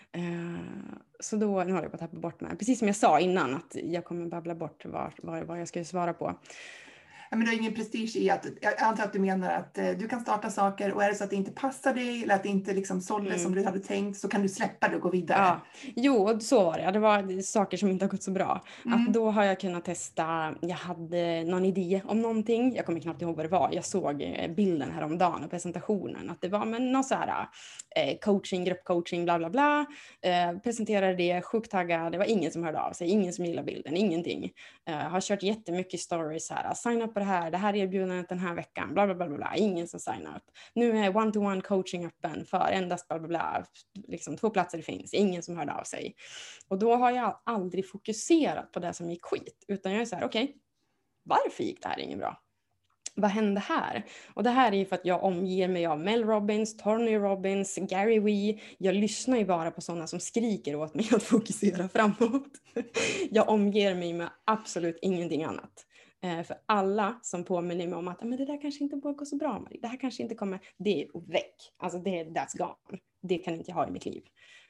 Uh, så då, nu har jag bara tappat bort mig. Precis som jag sa innan, att jag kommer babbla bort vad, vad, vad jag ska svara på. Ja, men det är ingen prestige i att, jag antar att du menar att eh, du kan starta saker och är det så att det inte passar dig eller att det inte liksom sålde mm. som du hade tänkt, så kan du släppa det och gå vidare. Ja. Jo, så var det. Det var saker som inte har gått så bra. Mm. Att då har jag kunnat testa, jag hade någon idé om någonting, jag kommer knappt ihåg vad det var. Jag såg bilden häromdagen och presentationen, att det var men någon så här eh, coaching, gruppcoaching, bla bla bla. Eh, presenterade det, sjukt taggad, det var ingen som hörde av sig, ingen som gillade bilden, ingenting. Eh, har kört jättemycket stories här, sign up på det här, det här erbjudandet den här veckan, bla bla bla bla, ingen som signar upp. Nu är one-to-one coaching öppen för endast bla bla bla, liksom två platser det finns, ingen som hörde av sig. Och då har jag aldrig fokuserat på det som gick skit, utan jag är så här, okej, okay, varför gick det här inget bra? Vad hände här? Och det här är ju för att jag omger mig av Mel Robbins, Tony Robbins, Gary Vee. Jag lyssnar ju bara på sådana som skriker åt mig att fokusera framåt. Jag omger mig med absolut ingenting annat. Eh, för alla som påminner mig om att men det där kanske inte borde gå så bra, Marie. Det här kanske inte kommer, det är väck. Alltså det är that's gone. Det kan inte jag ha i mitt liv.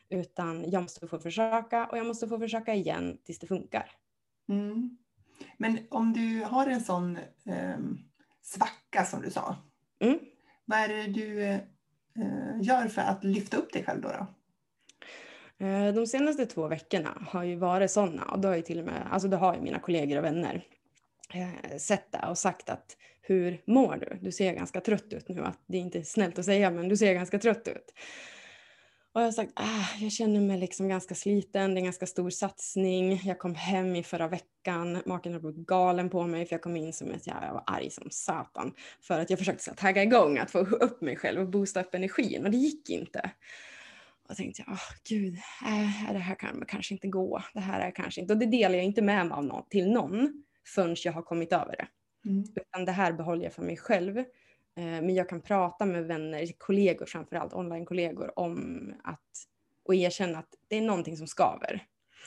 Utan jag måste få försöka och jag måste få försöka igen tills det funkar. Mm. Men om du har en sån eh, svacka som du sa. Mm. Vad är det du eh, gör för att lyfta upp dig själv då? då? Eh, de senaste två veckorna har ju varit sådana. Och då har ju till och med, alltså då har ju mina kollegor och vänner eh, sett det och sagt att hur mår du? Du ser ganska trött ut nu. Att det är inte snällt att säga, men du ser ganska trött ut. Och jag har sagt, ah, jag känner mig liksom ganska sliten, det är en ganska stor satsning. Jag kom hem i förra veckan, maken har blivit galen på mig för jag kom in som ett, ja, jag var arg som satan. För att jag försökte så tagga igång, att få upp mig själv och boosta upp energin, och det gick inte. Och jag tänkte, oh, gud, äh, det här kan kanske inte gå, det här är kanske inte. Och det delar jag inte med mig av någon, till någon förrän jag har kommit över det. Mm. Utan det här behåller jag för mig själv. Men jag kan prata med vänner, kollegor framförallt, online-kollegor om att, och erkänna att det är någonting som skaver.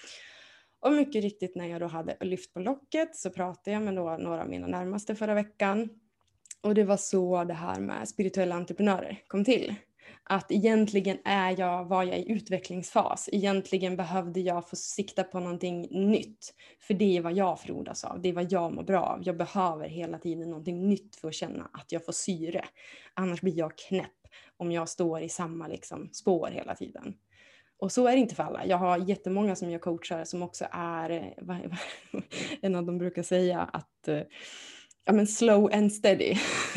Och mycket riktigt när jag då hade lyft på locket så pratade jag med då några av mina närmaste förra veckan. Och det var så det här med spirituella entreprenörer kom till. Att egentligen är jag, var jag i utvecklingsfas. Egentligen behövde jag få sikta på någonting nytt. För det är vad jag frodas av. Det är vad jag mår bra av. Jag behöver hela tiden någonting nytt för att känna att jag får syre. Annars blir jag knäpp om jag står i samma liksom, spår hela tiden. Och så är det inte för alla. Jag har jättemånga som jag coachar som också är, en av dem brukar säga att ja, men slow and steady.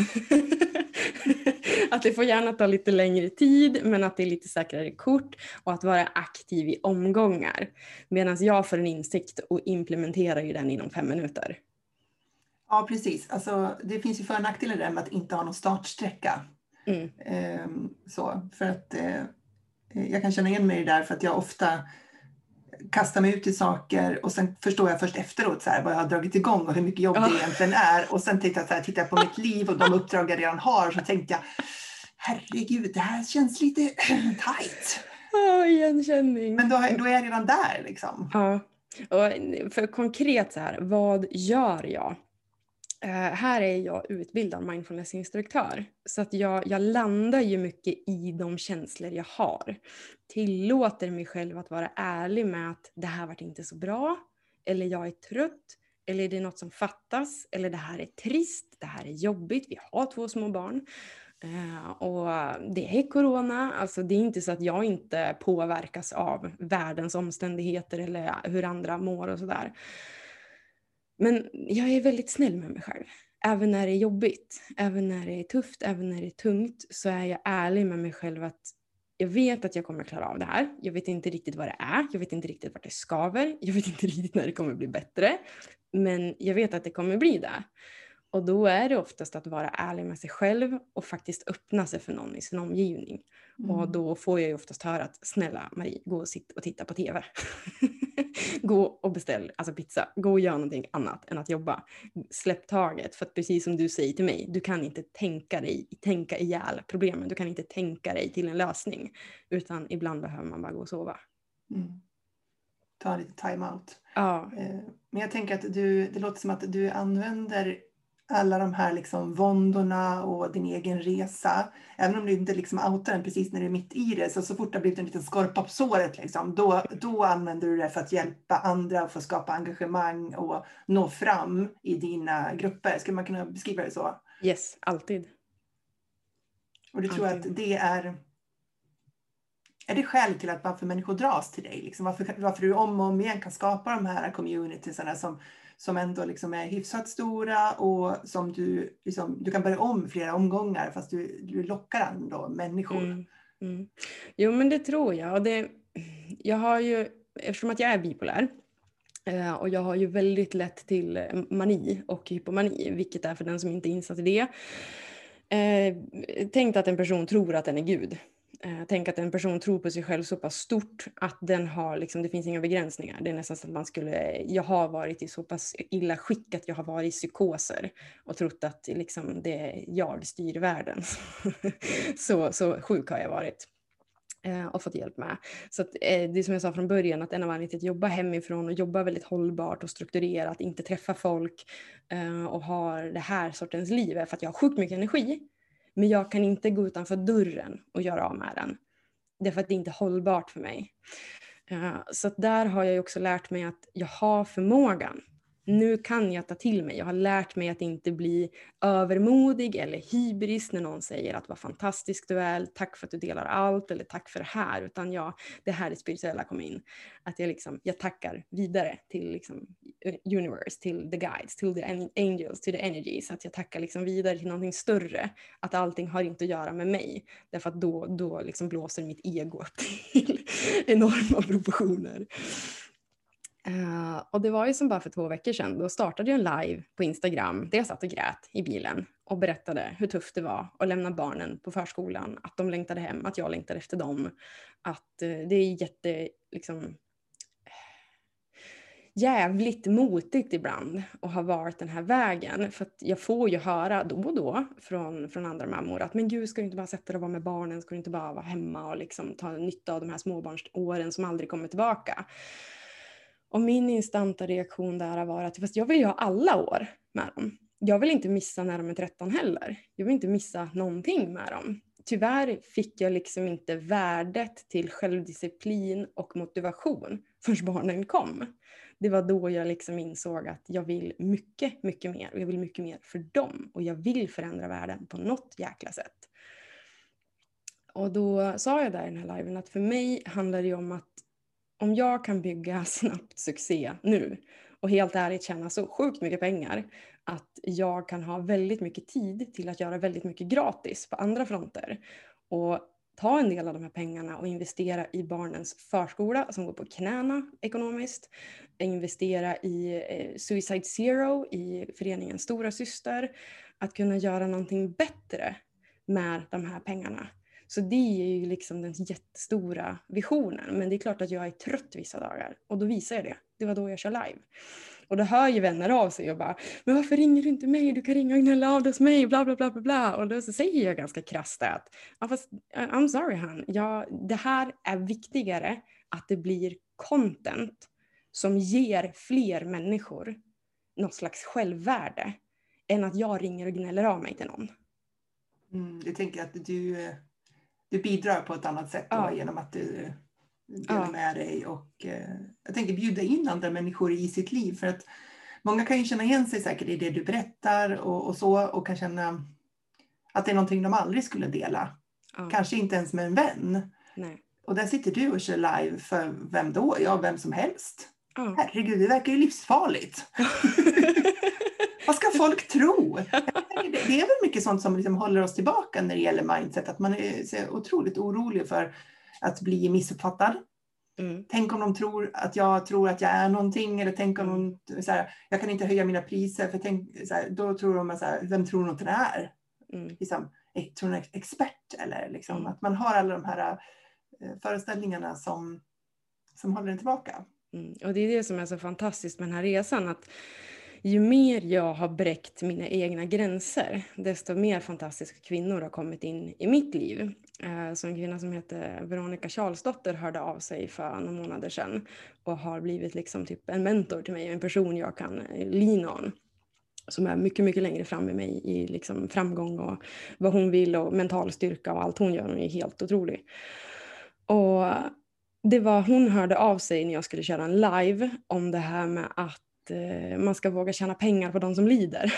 Att det får gärna ta lite längre tid, men att det är lite säkrare kort och att vara aktiv i omgångar. Medan jag får en insikt och implementerar ju den inom fem minuter. Ja, precis. Alltså, det finns ju för- och nackdelar där med att inte ha någon startsträcka. Mm. Ehm, så, för att eh, jag kan känna igen mig där för att jag ofta kastar mig ut i saker och sen förstår jag först efteråt så här, vad jag har dragit igång och hur mycket jobb ja. det egentligen är. Och sen tittar jag, så här, tittar jag på mitt liv och de uppdrag jag redan har, så tänkte jag, herregud, det här känns lite tajt. Ja, igenkänning. Men då, då är jag redan där liksom. Ja, och för konkret så här, vad gör jag? Uh, här är jag utbildad mindfulnessinstruktör. Så att jag, jag landar ju mycket i de känslor jag har. Tillåter mig själv att vara ärlig med att det här varit inte så bra. Eller jag är trött. Eller det är något som fattas. Eller det här är trist. Det här är jobbigt. Vi har två små barn. Uh, och det är corona. Alltså det är inte så att jag inte påverkas av världens omständigheter. Eller hur andra mår och sådär. Men jag är väldigt snäll med mig själv. Även när det är jobbigt, även när det är tufft, även när det är tungt, så är jag ärlig med mig själv att jag vet att jag kommer klara av det här. Jag vet inte riktigt vad det är. Jag vet inte riktigt vart det skaver. Jag vet inte riktigt när det kommer bli bättre. Men jag vet att det kommer bli det. Och då är det oftast att vara ärlig med sig själv och faktiskt öppna sig för någon i sin omgivning. Mm. Och då får jag ju oftast höra att snälla Marie, gå och sitta och titta på tv. Gå och beställ alltså pizza. Gå och göra någonting annat än att jobba. Släpp taget. För att precis som du säger till mig, du kan inte tänka dig, tänka ihjäl problemen. Du kan inte tänka dig till en lösning. Utan ibland behöver man bara gå och sova. Mm. Ta lite time out. Ja. Men jag tänker att du, det låter som att du använder alla de här liksom våndorna och din egen resa. Även om du inte liksom outar den precis när du är mitt i det. Så, så fort det har blivit en liten skorpa på såret. Liksom, då, då använder du det för att hjälpa andra och få skapa engagemang och nå fram i dina grupper. Skulle man kunna beskriva det så? Yes, alltid. Och du tror att det är... Är det skäl till att varför människor dras till dig? Liksom, varför, varför du om och om igen kan skapa de här communitiesarna som... som ändå liksom är hyfsat stora och som du, liksom, du kan börja om flera omgångar fast du, du lockar ändå människor. Mm, mm. Jo, men det tror jag. Och det, jag har ju, eftersom att jag är bipolär eh, och jag har ju väldigt lätt till mani och hypomani, vilket är för den som inte är insatt i det. Eh, tänk att en person tror att den är Gud. Tänk att en person tror på sig själv så pass stort att den har liksom, det finns inga begränsningar. Det är nästan så att man skulle, jag har varit i så pass illa skick att jag har varit i psykoser och trott att liksom, det jag styr världen. så, så sjuk har jag varit och fått hjälp med. Så att, det är som jag sa från början, att en av anledningarna till att jobba hemifrån och jobba väldigt hållbart och strukturerat, inte träffa folk och ha det här sortens liv är för att jag har sjukt mycket energi. Men jag kan inte gå utanför dörren och göra av med den. Det är för att det inte är hållbart för mig. Uh, så att där har jag också lärt mig att jag har förmågan. Nu kan jag ta till mig. Jag har lärt mig att inte bli övermodig eller hybris när någon säger att vad fantastisk du är. Tack för att du delar allt eller tack för det här. Utan jag, det här är spirituella kom in. Att jag, liksom, jag tackar vidare till liksom, universe, till the guides, till the angels, till the energies. Att jag tackar liksom vidare till någonting större. Att allting har inte att göra med mig. Därför att då, då liksom blåser mitt ego upp till enorma proportioner. Uh, och det var ju som bara för två veckor sedan, då startade jag en live på Instagram där jag satt och grät i bilen och berättade hur tufft det var att lämna barnen på förskolan, att de längtade hem, att jag längtade efter dem, att uh, det är jätte liksom jävligt motigt ibland att ha varit den här vägen, för att jag får ju höra då och då från, från andra mammor att men gud, ska du inte bara sätta dig och vara med barnen, ska du inte bara vara hemma och liksom ta nytta av de här småbarnsåren som aldrig kommer tillbaka. Och min instanta reaktion där har varit att fast jag vill ju ha alla år med dem. Jag vill inte missa när de är tretton heller. Jag vill inte missa någonting med dem. Tyvärr fick jag liksom inte värdet till självdisciplin och motivation förrän barnen kom. Det var då jag liksom insåg att jag vill mycket, mycket mer. Och jag vill mycket mer för dem. Och jag vill förändra världen på något jäkla sätt. Och då sa jag där i den här liven att för mig handlar det om att om jag kan bygga snabbt succé nu och helt ärligt tjäna så sjukt mycket pengar att jag kan ha väldigt mycket tid till att göra väldigt mycket gratis på andra fronter och ta en del av de här pengarna och investera i barnens förskola som går på knäna ekonomiskt, investera i eh, Suicide Zero, i föreningen Stora Syster, att kunna göra någonting bättre med de här pengarna. Så det är ju liksom den jättestora visionen. Men det är klart att jag är trött vissa dagar. Och då visar jag det. Det var då jag kör live. Och då hör ju vänner av sig och bara, men varför ringer du inte mig? Du kan ringa och gnälla av hos mig, bla bla bla bla bla. Och då så säger jag ganska krasst att, ja, fast, I'm sorry han. Ja, det här är viktigare att det blir content som ger fler människor något slags självvärde än att jag ringer och gnäller av mig till någon. Mm, jag tänker att du... Du bidrar på ett annat sätt då, ja. Genom att du delar ja. med dig och eh, jag tänker bjuda in andra människor i sitt liv. För att många kan ju känna igen sig säkert i det du berättar och, och så och kan känna att det är någonting de aldrig skulle dela. Ja. Kanske inte ens med en vän. Nej. Och där sitter du och kör live för vem då? Ja, vem som helst. Ja. Herregud, det verkar ju livsfarligt. Vad ska folk tro? Det är väl mycket sånt som liksom håller oss tillbaka när det gäller mindset. Att man är så otroligt orolig för att bli missuppfattad. Mm. Tänk om de tror att jag tror att jag är någonting, eller tänk om mm. de, så här, jag kan inte höja mina priser, för tänk, så här, då tror de att så här, vem tror de att det är? Mm. Liksom, tror de är expert, eller liksom, mm. att man har alla de här uh, föreställningarna som, som håller en tillbaka. Mm. Och det är det som är så fantastiskt med den här resan, att ju mer jag har bräckt mina egna gränser, desto mer fantastiska kvinnor har kommit in i mitt liv. Så en kvinna som heter Veronica Charlesdotter hörde av sig för några månader sedan och har blivit liksom typ en mentor till mig, en person jag kan lean on, som är mycket, mycket längre fram med mig i liksom framgång och vad hon vill och mental styrka, och allt hon gör, hon är helt otrolig. Och det var, hon hörde av sig när jag skulle köra en live om det här med att man ska våga tjäna pengar på de som lider.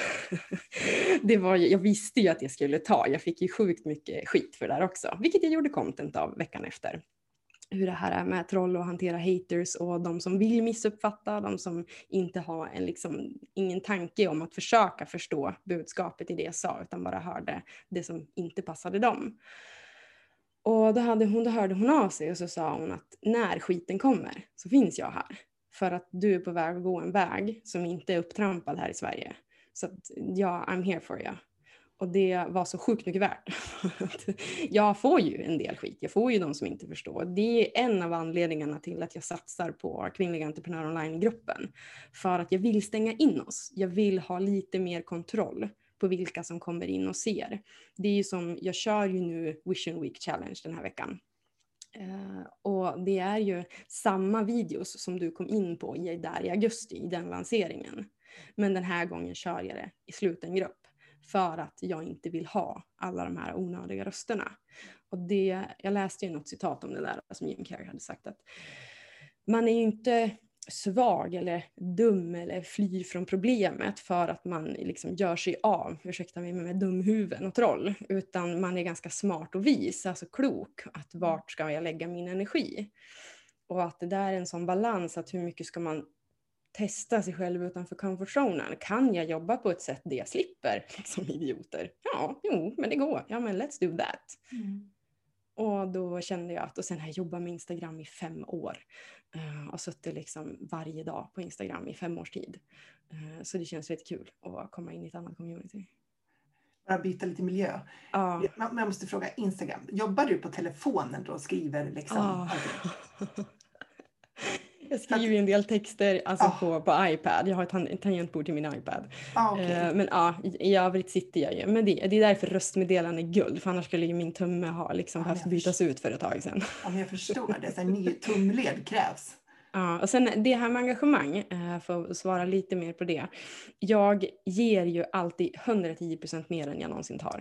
Det var, jag visste ju att jag skulle ta. Jag fick ju sjukt mycket skit för det där också. Vilket jag gjorde content av veckan efter. Hur det här är med troll och hantera haters och de som vill missuppfatta. De som inte har en, liksom, ingen tanke om att försöka förstå budskapet i det jag sa. Utan bara hörde det som inte passade dem. Och då, hade hon, då hörde hon av sig och så sa hon att när skiten kommer så finns jag här. För att du är på väg att gå en väg som inte är upptrampad här i Sverige. Så att ja, I'm here for you. Och det var så sjukt mycket värt. Jag får ju en del skit. Jag får ju de som inte förstår. Det är en av anledningarna till att jag satsar på kvinnliga entreprenörer online-gruppen. För att jag vill stänga in oss. Jag vill ha lite mer kontroll på vilka som kommer in och ser. Det är ju som, jag kör ju nu Vision Week Challenge den här veckan. Uh, och det är ju samma videos som du kom in på i, där i augusti i den lanseringen. Men den här gången kör jag det i sluten grupp. För att jag inte vill ha alla de här onödiga rösterna. Och det, jag läste ju något citat om det där som Jim Carrey hade sagt, att man är ju inte svag eller dum eller flyr från problemet för att man liksom gör sig av, ursäkta mig, med dumhuven och troll, utan man är ganska smart och vis, alltså klok, att vart ska jag lägga min energi, och att det där är en sån balans, att hur mycket ska man testa sig själv utanför comfortzonen. Kan jag jobba på ett sätt där jag slipper liksom idioter? Ja, jo, men det går. Ja, men let's do that. Mm. Och då kände jag att, och sen har jag jobbat med Instagram i fem år. Uh, och suttit liksom varje dag på Instagram i fem års tid. Uh, så det känns väldigt kul att komma in i ett annat community. Bara byta lite miljö. Uh. Men jag måste fråga, Instagram. Jobbar du på telefonen då och skriver liksom? Uh. Jag skriver ju en del texter alltså oh. på, på iPad. Jag har ett tangentbord till min iPad. Ah, okay. uh, men ja, uh, i övrigt sitter jag ju. Men det, det är därför röstmeddelande är guld. För annars skulle ju min tumme ha liksom ja, haft bytas ut för ett tag sedan. Ja, men jag förstår det. Så en ny tumled krävs. Ja, och sen det här med engagemang, uh, för att svara lite mer på det. Jag ger ju alltid hundratio procent mer än jag någonsin tar.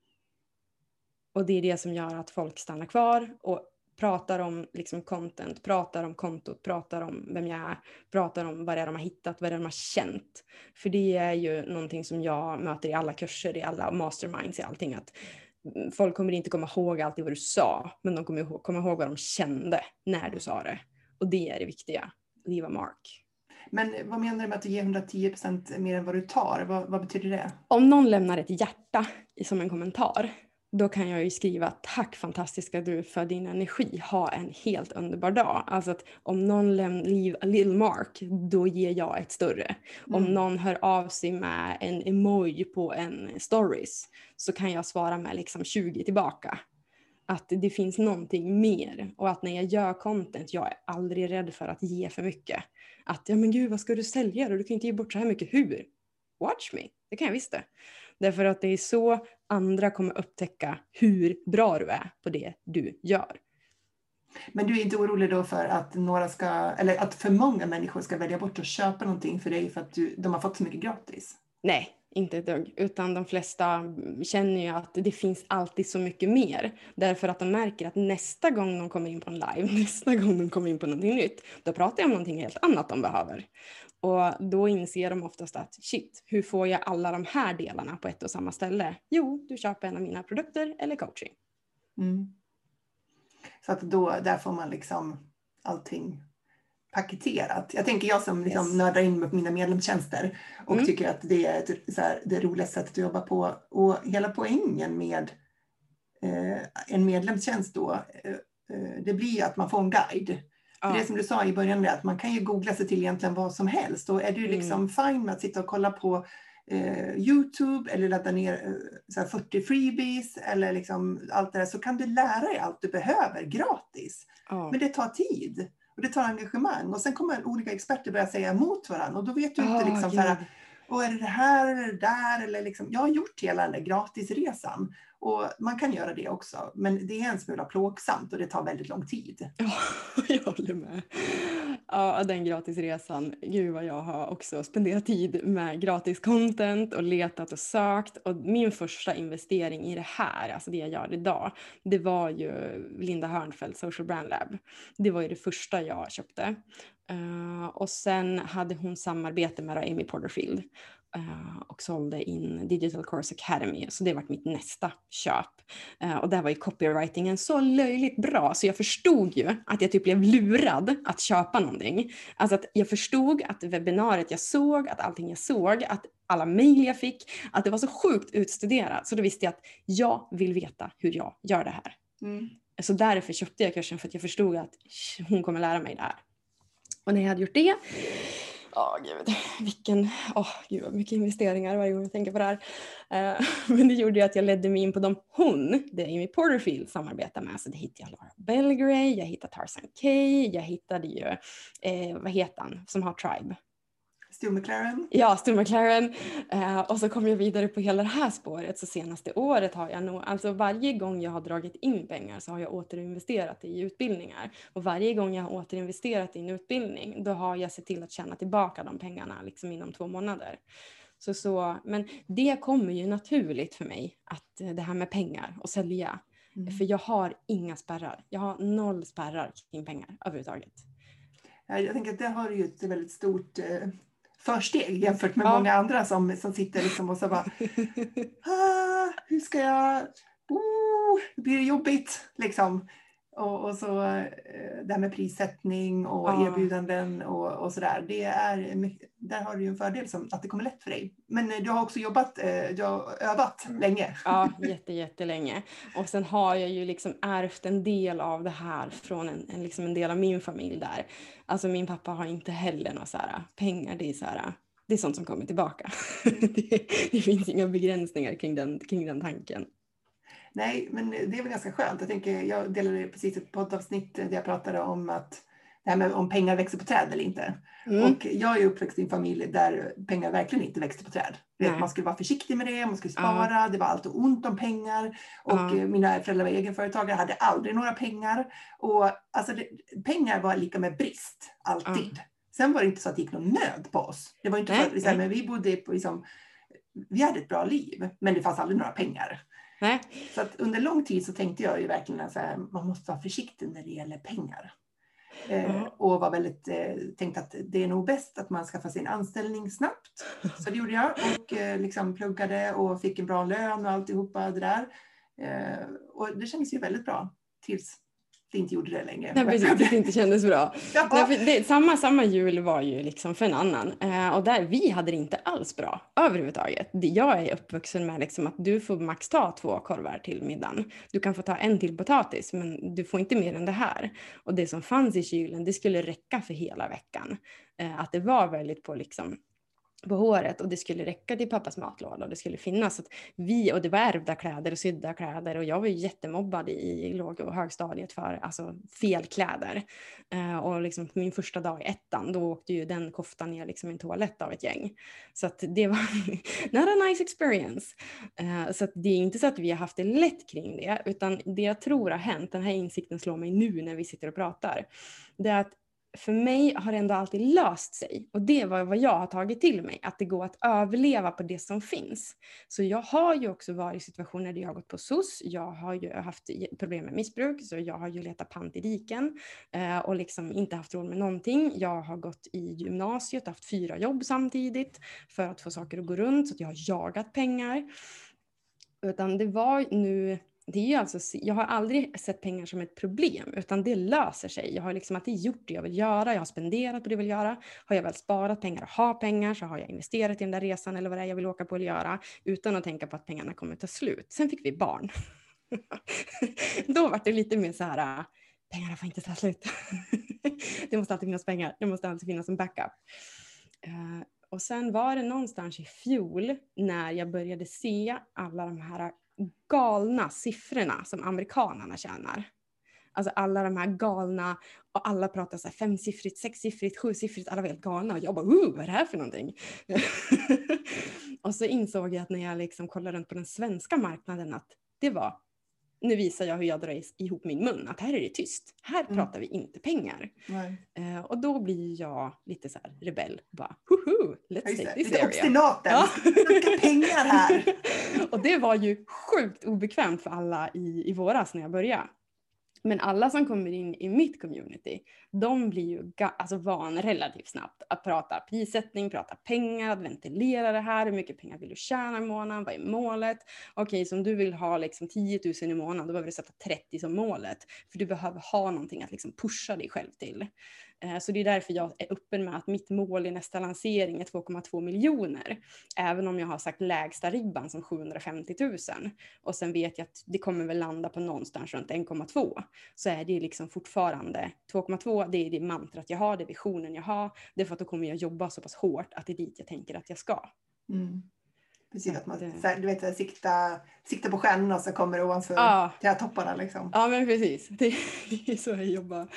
Och det är det som gör att folk stannar kvar och pratar om liksom content, pratar om kontot, pratar om vem jag är, pratar om vad det är de har hittat, vad det är de har känt. För det är ju någonting som jag möter i alla kurser, i alla masterminds, i allting. Att folk kommer inte komma ihåg alltid vad du sa, men de kommer ihåg, komma ihåg vad de kände när du sa det. Och det är det viktiga. Leave a mark. Men vad menar du med att du ger hundratio procent mer än vad du tar? Vad, vad betyder det? Om någon lämnar ett hjärta som en kommentar, då kan jag ju skriva tack fantastiska du för din energi. Ha en helt underbar dag. Alltså att om någon lämnar leave a little mark, då ger jag ett större. Mm. Om någon hör av sig med en emoji på en stories, så kan jag svara med liksom tjugo tillbaka. Att det finns någonting mer. Och att när jag gör content, jag är aldrig rädd för att ge för mycket. Att ja men gud, vad ska du sälja då? Du kan inte ge bort så här mycket. Hur? Watch me. Det kan jag visst det. Därför att det är så andra kommer upptäcka hur bra du är på det du gör. Men du är inte orolig då för att några ska, eller att för många människor ska välja bort att köpa någonting för dig för att du, de har fått så mycket gratis? Nej, inte ett dugg. Utan de flesta känner ju att det finns alltid så mycket mer. Därför att de märker att nästa gång de kommer in på en live, nästa gång de kommer in på någonting nytt, då pratar jag om någonting helt annat de behöver. Och då inser de oftast att shit, hur får jag alla de här delarna på ett och samma ställe? Jo, du köper en av mina produkter eller coaching. Mm. Så att då, där får man liksom allting paketerat. Jag tänker jag som liksom yes. nördar in med mina medlemstjänster och mm. tycker att det är ett, så här, det roligaste sättet att jobba på. Och hela poängen med eh, en medlemstjänst då, eh, eh, det blir ju att man får en guide. Ja. För det som du sa i början är att man kan ju googla sig till egentligen vad som helst. Och är du liksom Mm. fine med att sitta och kolla på eh, YouTube eller ladda ner eh, så här fyrtio freebies eller liksom allt det där, så kan du lära dig allt du behöver gratis. Ja. Men det tar tid och det tar engagemang. Och sen kommer olika experter börja säga emot varandra och då vet du inte Oh, liksom så här, och är det det här eller det där? Eller liksom, jag har gjort hela den där gratisresan. Och man kan göra det också. Men det är en smula plågsamt och det tar väldigt lång tid. Ja, jag håller med. Ja, den gratisresan. Gud vad jag har också spenderat tid med gratis content och letat och sökt. Och min första investering i det här, alltså det jag gör idag, det var ju Linda Hörnfeldt Social Brand Lab. Det var ju det första jag köpte. Uh, och sen hade hon samarbete med Amy Porterfield uh, och sålde in Digital Course Academy. Så det var mitt nästa köp. Uh, och där var ju copywritingen så löjligt bra. Så jag förstod ju att jag typ blev lurad att köpa någonting. Alltså att jag förstod att webbinariet jag såg, att allting jag såg, att alla mejl jag fick, att det var så sjukt utstuderat. Så då visste jag att jag vill veta hur jag gör det här. Mm. Så därför köpte jag kursen, för att jag förstod att hon kommer lära mig det här. Och när jag hade gjort det, åh oh, gud, vilken, åh oh, gud vad mycket investeringar varje gång jag tänker på det här. Uh, men det gjorde ju att jag ledde mig in på de hon, det Amy Porterfield samarbetar med. Så det hittade jag Laura Belgray, jag hittade Tarzan Kay, jag hittade ju, eh, vad heter han som har Tribe? Stu McLaren. Ja, Stu McLaren. Uh, och så kom jag vidare på hela det här spåret. Så senaste året har jag nog, alltså varje gång jag har dragit in pengar så har jag återinvesterat i utbildningar. Och varje gång jag har återinvesterat i en utbildning, då har jag sett till att tjäna tillbaka de pengarna liksom inom två månader. Så, så, men det kommer ju naturligt för mig, att det här med pengar och sälja. Mm. För jag har inga spärrar. Jag har noll spärrar kring pengar överhuvudtaget. Jag tänker att det har ju ett väldigt stort eh, försteg jämfört med ja. många andra som, som sitter liksom och så bara ah, hur ska jag, oh, det blir jobbigt liksom. Och, och så eh, det här med prissättning och ja. erbjudanden och, och sådär. Det är mycket, där har du ju en fördel som att det kommer lätt för dig. Men du har också jobbat, eh, du har övat länge. Ja, jätte, jättelänge. Och sen har jag ju liksom ärvt en del av det här från en, en, liksom en del av min familj där. Alltså min pappa har inte heller några så här pengar. Det är så här, det är sånt som kommer tillbaka. det, det finns inga begränsningar kring den, kring den tanken. Nej, men det är väl ganska skönt. Jag tänker, jag delade precis ett poddavsnitt där jag pratade om att det här med om pengar växer på träd eller inte. Mm. Och jag är uppväxt i en familj där pengar verkligen inte växte på träd. Vet, man skulle vara försiktig med det, man skulle spara, uh. det var alltid ont om pengar. Och uh. mina föräldrar var egenföretagare, hade aldrig några pengar. Och alltså det, pengar var lika med brist, alltid. Uh. Sen var det inte så att det gick någon nöd på oss. Det var inte nej, så att liksom, men vi bodde på, liksom, vi hade ett bra liv, men det fanns aldrig några pengar. Nej. Så att under lång tid så tänkte jag ju verkligen att man måste vara försiktig när det gäller pengar. Mm. Eh, och var väldigt eh, tänkt att det är nog bäst att man skaffar sin anställning snabbt. Så det gjorde jag och eh, liksom pluggade och fick en bra lön och alltihopa det där. Eh, och det kändes ju väldigt bra tills det inte gjorde det längre. Nej, precis, det inte kändes bra. Ja. Nej, det, samma, samma jul var ju liksom för en annan. Eh, och där vi hade det inte alls bra överhuvudtaget. Jag är uppvuxen med liksom att du får max ta två korvar till middagen. Du kan få ta en till potatis, men du får inte mer än det här. Och det som fanns i kylen, det skulle räcka för hela veckan. Eh, att det var väldigt på liksom på håret och det skulle räcka till pappas matlåda och det skulle finnas att vi, och det var ärvda kläder och sydda kläder och jag var ju jättemobbad i låg- och högstadiet för alltså fel kläder uh, och liksom min första dag i ettan då åkte ju den koftan ner liksom i en toalett av ett gäng, så att det var not a nice experience. Uh, så att det är inte så att vi har haft det lätt kring det, utan det jag tror har hänt, den här insikten slår mig nu när vi sitter och pratar, det är att för mig har det ändå alltid löst sig. Och det var vad jag har tagit till mig. Att det går att överleva på det som finns. Så jag har ju också varit i situationer där jag har gått på S O S. Jag har ju haft problem med missbruk. Så jag har ju letat pant i diken. Eh, och liksom inte haft råd med någonting. Jag har gått i gymnasiet och haft fyra jobb samtidigt. För att få saker att gå runt. Så att jag har jagat pengar. Utan det var nu... Det är ju alltså, jag har aldrig sett pengar som ett problem, utan det löser sig. Jag har liksom alltid gjort det jag vill göra, jag har spenderat på det jag vill göra. Har jag väl sparat pengar och har pengar så har jag investerat i den där resan eller vad det är jag vill åka på eller göra, utan att tänka på att pengarna kommer ta slut. Sen fick vi barn. Då var det lite mer så här, pengarna får inte ta slut. Det måste alltid finnas pengar. Det måste alltid finnas en backup. Uh, och sen var det någonstans i fjol när jag började se alla de här galna siffrorna som amerikanerna tjänar. Alltså alla de här galna, och alla pratar så här femsiffrigt, sexsiffrigt, sjusiffrigt, alla var helt galna. Och jag bara, uh, vad är det här för någonting? Och så insåg jag att när jag liksom kollade runt på den svenska marknaden att det var, nu visar jag hur jag drar ihop min mun, att här är det tyst. Här mm. pratar vi inte pengar. Uh, och då blir jag lite så här rebell. Bara, hoho, let's take this lite area. Obstinaten, ja. Vilka pengar här. Och det var ju sjukt obekvämt för alla i, i våras när jag började. Men alla som kommer in i mitt community, de blir ju ga- alltså van relativt snabbt att prata prissättning, prata pengar, att ventilera det här. Hur mycket pengar vill du tjäna i månaden? Vad är målet? Okej, så om du vill ha liksom tio tusen i månaden, då behöver du sätta trettio som målet. För du behöver ha någonting att liksom pusha dig själv till. Eh, så det är därför jag är öppen med att mitt mål i nästa lansering är två komma två miljoner. Även om jag har sagt lägsta ribban som sjuhundrafemtio tusen. Och sen vet jag att det kommer väl landa på någonstans runt en komma två. Så är det liksom fortfarande två komma två, det är det mantrat jag har, det är visionen jag har. Det är för att då kommer jag jobba så pass hårt att det är dit jag tänker att jag ska. Mm. Precis, att man du vet, sikta, sikta på stjärnorna så kommer det ovanför ja. till topparna liksom. Ja, men precis. Det, det är så jag jobbar.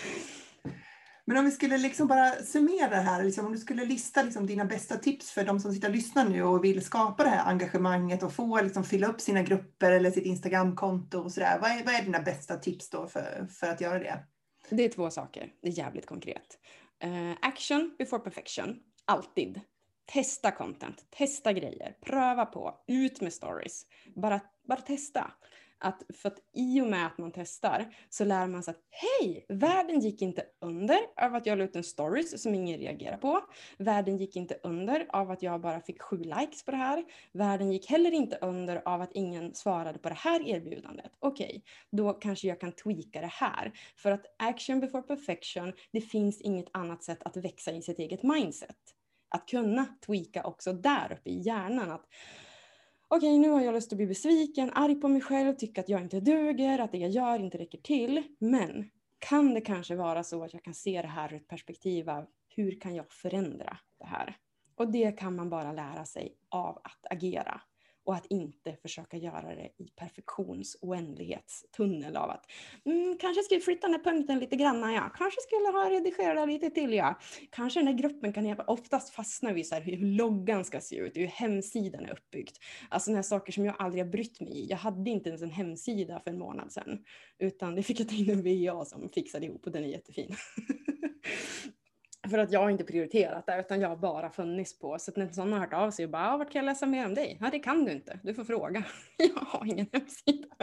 Men om vi skulle liksom bara summera det här, liksom, om du skulle lista liksom dina bästa tips för de som sitter och lyssnar nu och vill skapa det här engagemanget och få liksom, fylla upp sina grupper eller sitt Instagramkonto och sådär. Vad är, vad är dina bästa tips då för, för att göra det? Det är två saker. Det är jävligt konkret. Uh, action before perfection. Alltid. Testa content. Testa grejer. Pröva på. Ut med stories. Bara, bara testa. Att för att i och med att man testar så lär man sig att hej, världen gick inte under av att jag la ut en stories som ingen reagerar på. Världen gick inte under av att jag bara fick sju likes på det här. Världen gick heller inte under av att ingen svarade på det här erbjudandet. Okej, då kanske jag kan tweaka det här. För att action before perfection, det finns inget annat sätt att växa i sitt eget mindset. Att kunna tweaka också där uppe i hjärnan att okej, nu har jag lust att bli besviken, arg på mig själv, tycka att jag inte duger, att det jag gör inte räcker till. Men kan det kanske vara så att jag kan se det här ur ett perspektiv av hur kan jag förändra det här? Och det kan man bara lära sig av att agera. Och att inte försöka göra det i perfektions oändlighetstunnel av att mm, kanske skulle flytta den här punkten lite grann, ja. Kanske skulle ha redigerat lite till, ja. Kanske den här gruppen kan hjälpa. Oftast fastnar vi så här hur loggan ska se ut, hur hemsidan är uppbyggd. Alltså sådana här saker som jag aldrig har brytt mig i. Jag hade inte ens en hemsida för en månad sedan. Utan det fick jag ta in en V A som fixade ihop och den är jättefin. För att jag har inte prioriterat det utan jag har bara funnits på. Så att när någon har hört av sig och bara, vart kan jag läsa mer om dig? Ja, det kan du inte. Du får fråga. Jag har ingen hemsida.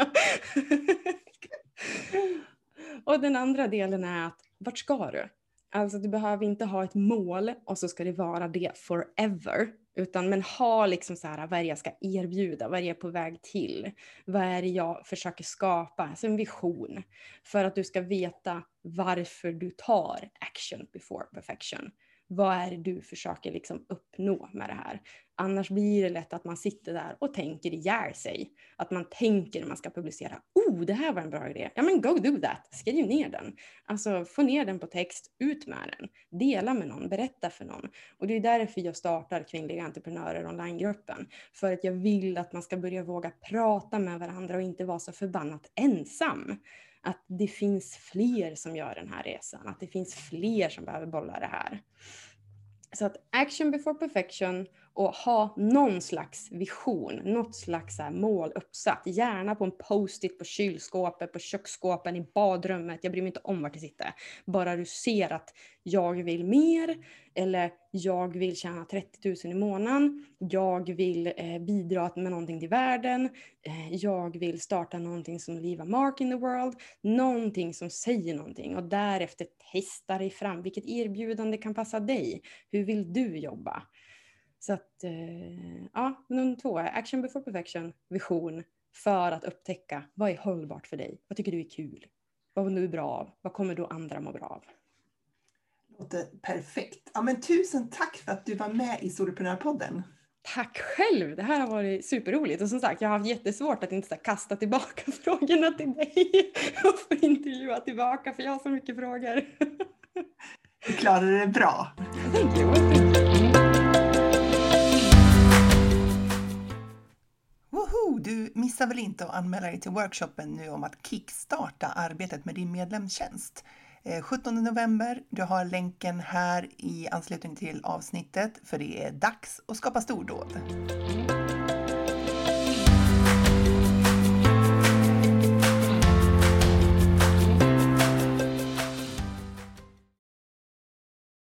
Och den andra delen är att, vart ska du? Alltså du behöver inte ha ett mål och så ska det vara det forever. Utan men ha liksom så här, vad är det jag ska erbjuda? Vad är jag på väg till? Vad är det jag försöker skapa? Alltså en vision. För att du ska veta varför du tar action before perfection. Vad är det du försöker liksom uppnå med det här? Annars blir det lätt att man sitter där och tänker ihjäl sig. Att man tänker när man ska publicera. Oh, det här var en bra idé. Ja, men go do that. Skriv ner den. Alltså få ner den på text. Ut med den. Dela med någon. Berätta för någon. Och det är därför jag startar Kvinnliga entreprenörer online-gruppen. För att jag vill att man ska börja våga prata med varandra och inte vara så förbannat ensam. Att det finns fler som gör den här resan. Att det finns fler som behöver bolla det här. Så att action before perfection och ha någon slags vision, något slags så här mål uppsatt. Gärna på en post-it på kylskåpet, på köksskåpen, i badrummet. Jag bryr mig inte om vart det sitter. Bara du ser att jag vill mer eller jag vill tjäna trettio tusen i månaden. Jag vill eh, bidra med någonting till världen. Eh, jag vill starta någonting som leave a mark in the world. Någonting som säger någonting och därefter testa dig fram. Vilket erbjudande kan passa dig? Hur vill du jobba? Så att, eh, ja, nummer två är action before perfection, vision för att upptäcka vad är hållbart för dig. Vad tycker du är kul? Vad mår du bra av? Vad kommer då andra må bra av? Låter perfekt. Ja, men tusen tack för att du var med i Soloprenörpodden. Tack själv! Det här har varit superroligt. Och som sagt, jag har haft jättesvårt att inte så här, kasta tillbaka frågorna till dig och få intervjua tillbaka, för jag har så mycket frågor. Du klarade det bra. Thank you. Thank you. Woho! Du missar väl inte att anmäla dig till workshopen nu om att kickstarta arbetet med din medlemstjänst. sjuttonde november, du har länken här i anslutning till avsnittet, för det är dags att skapa stordåd.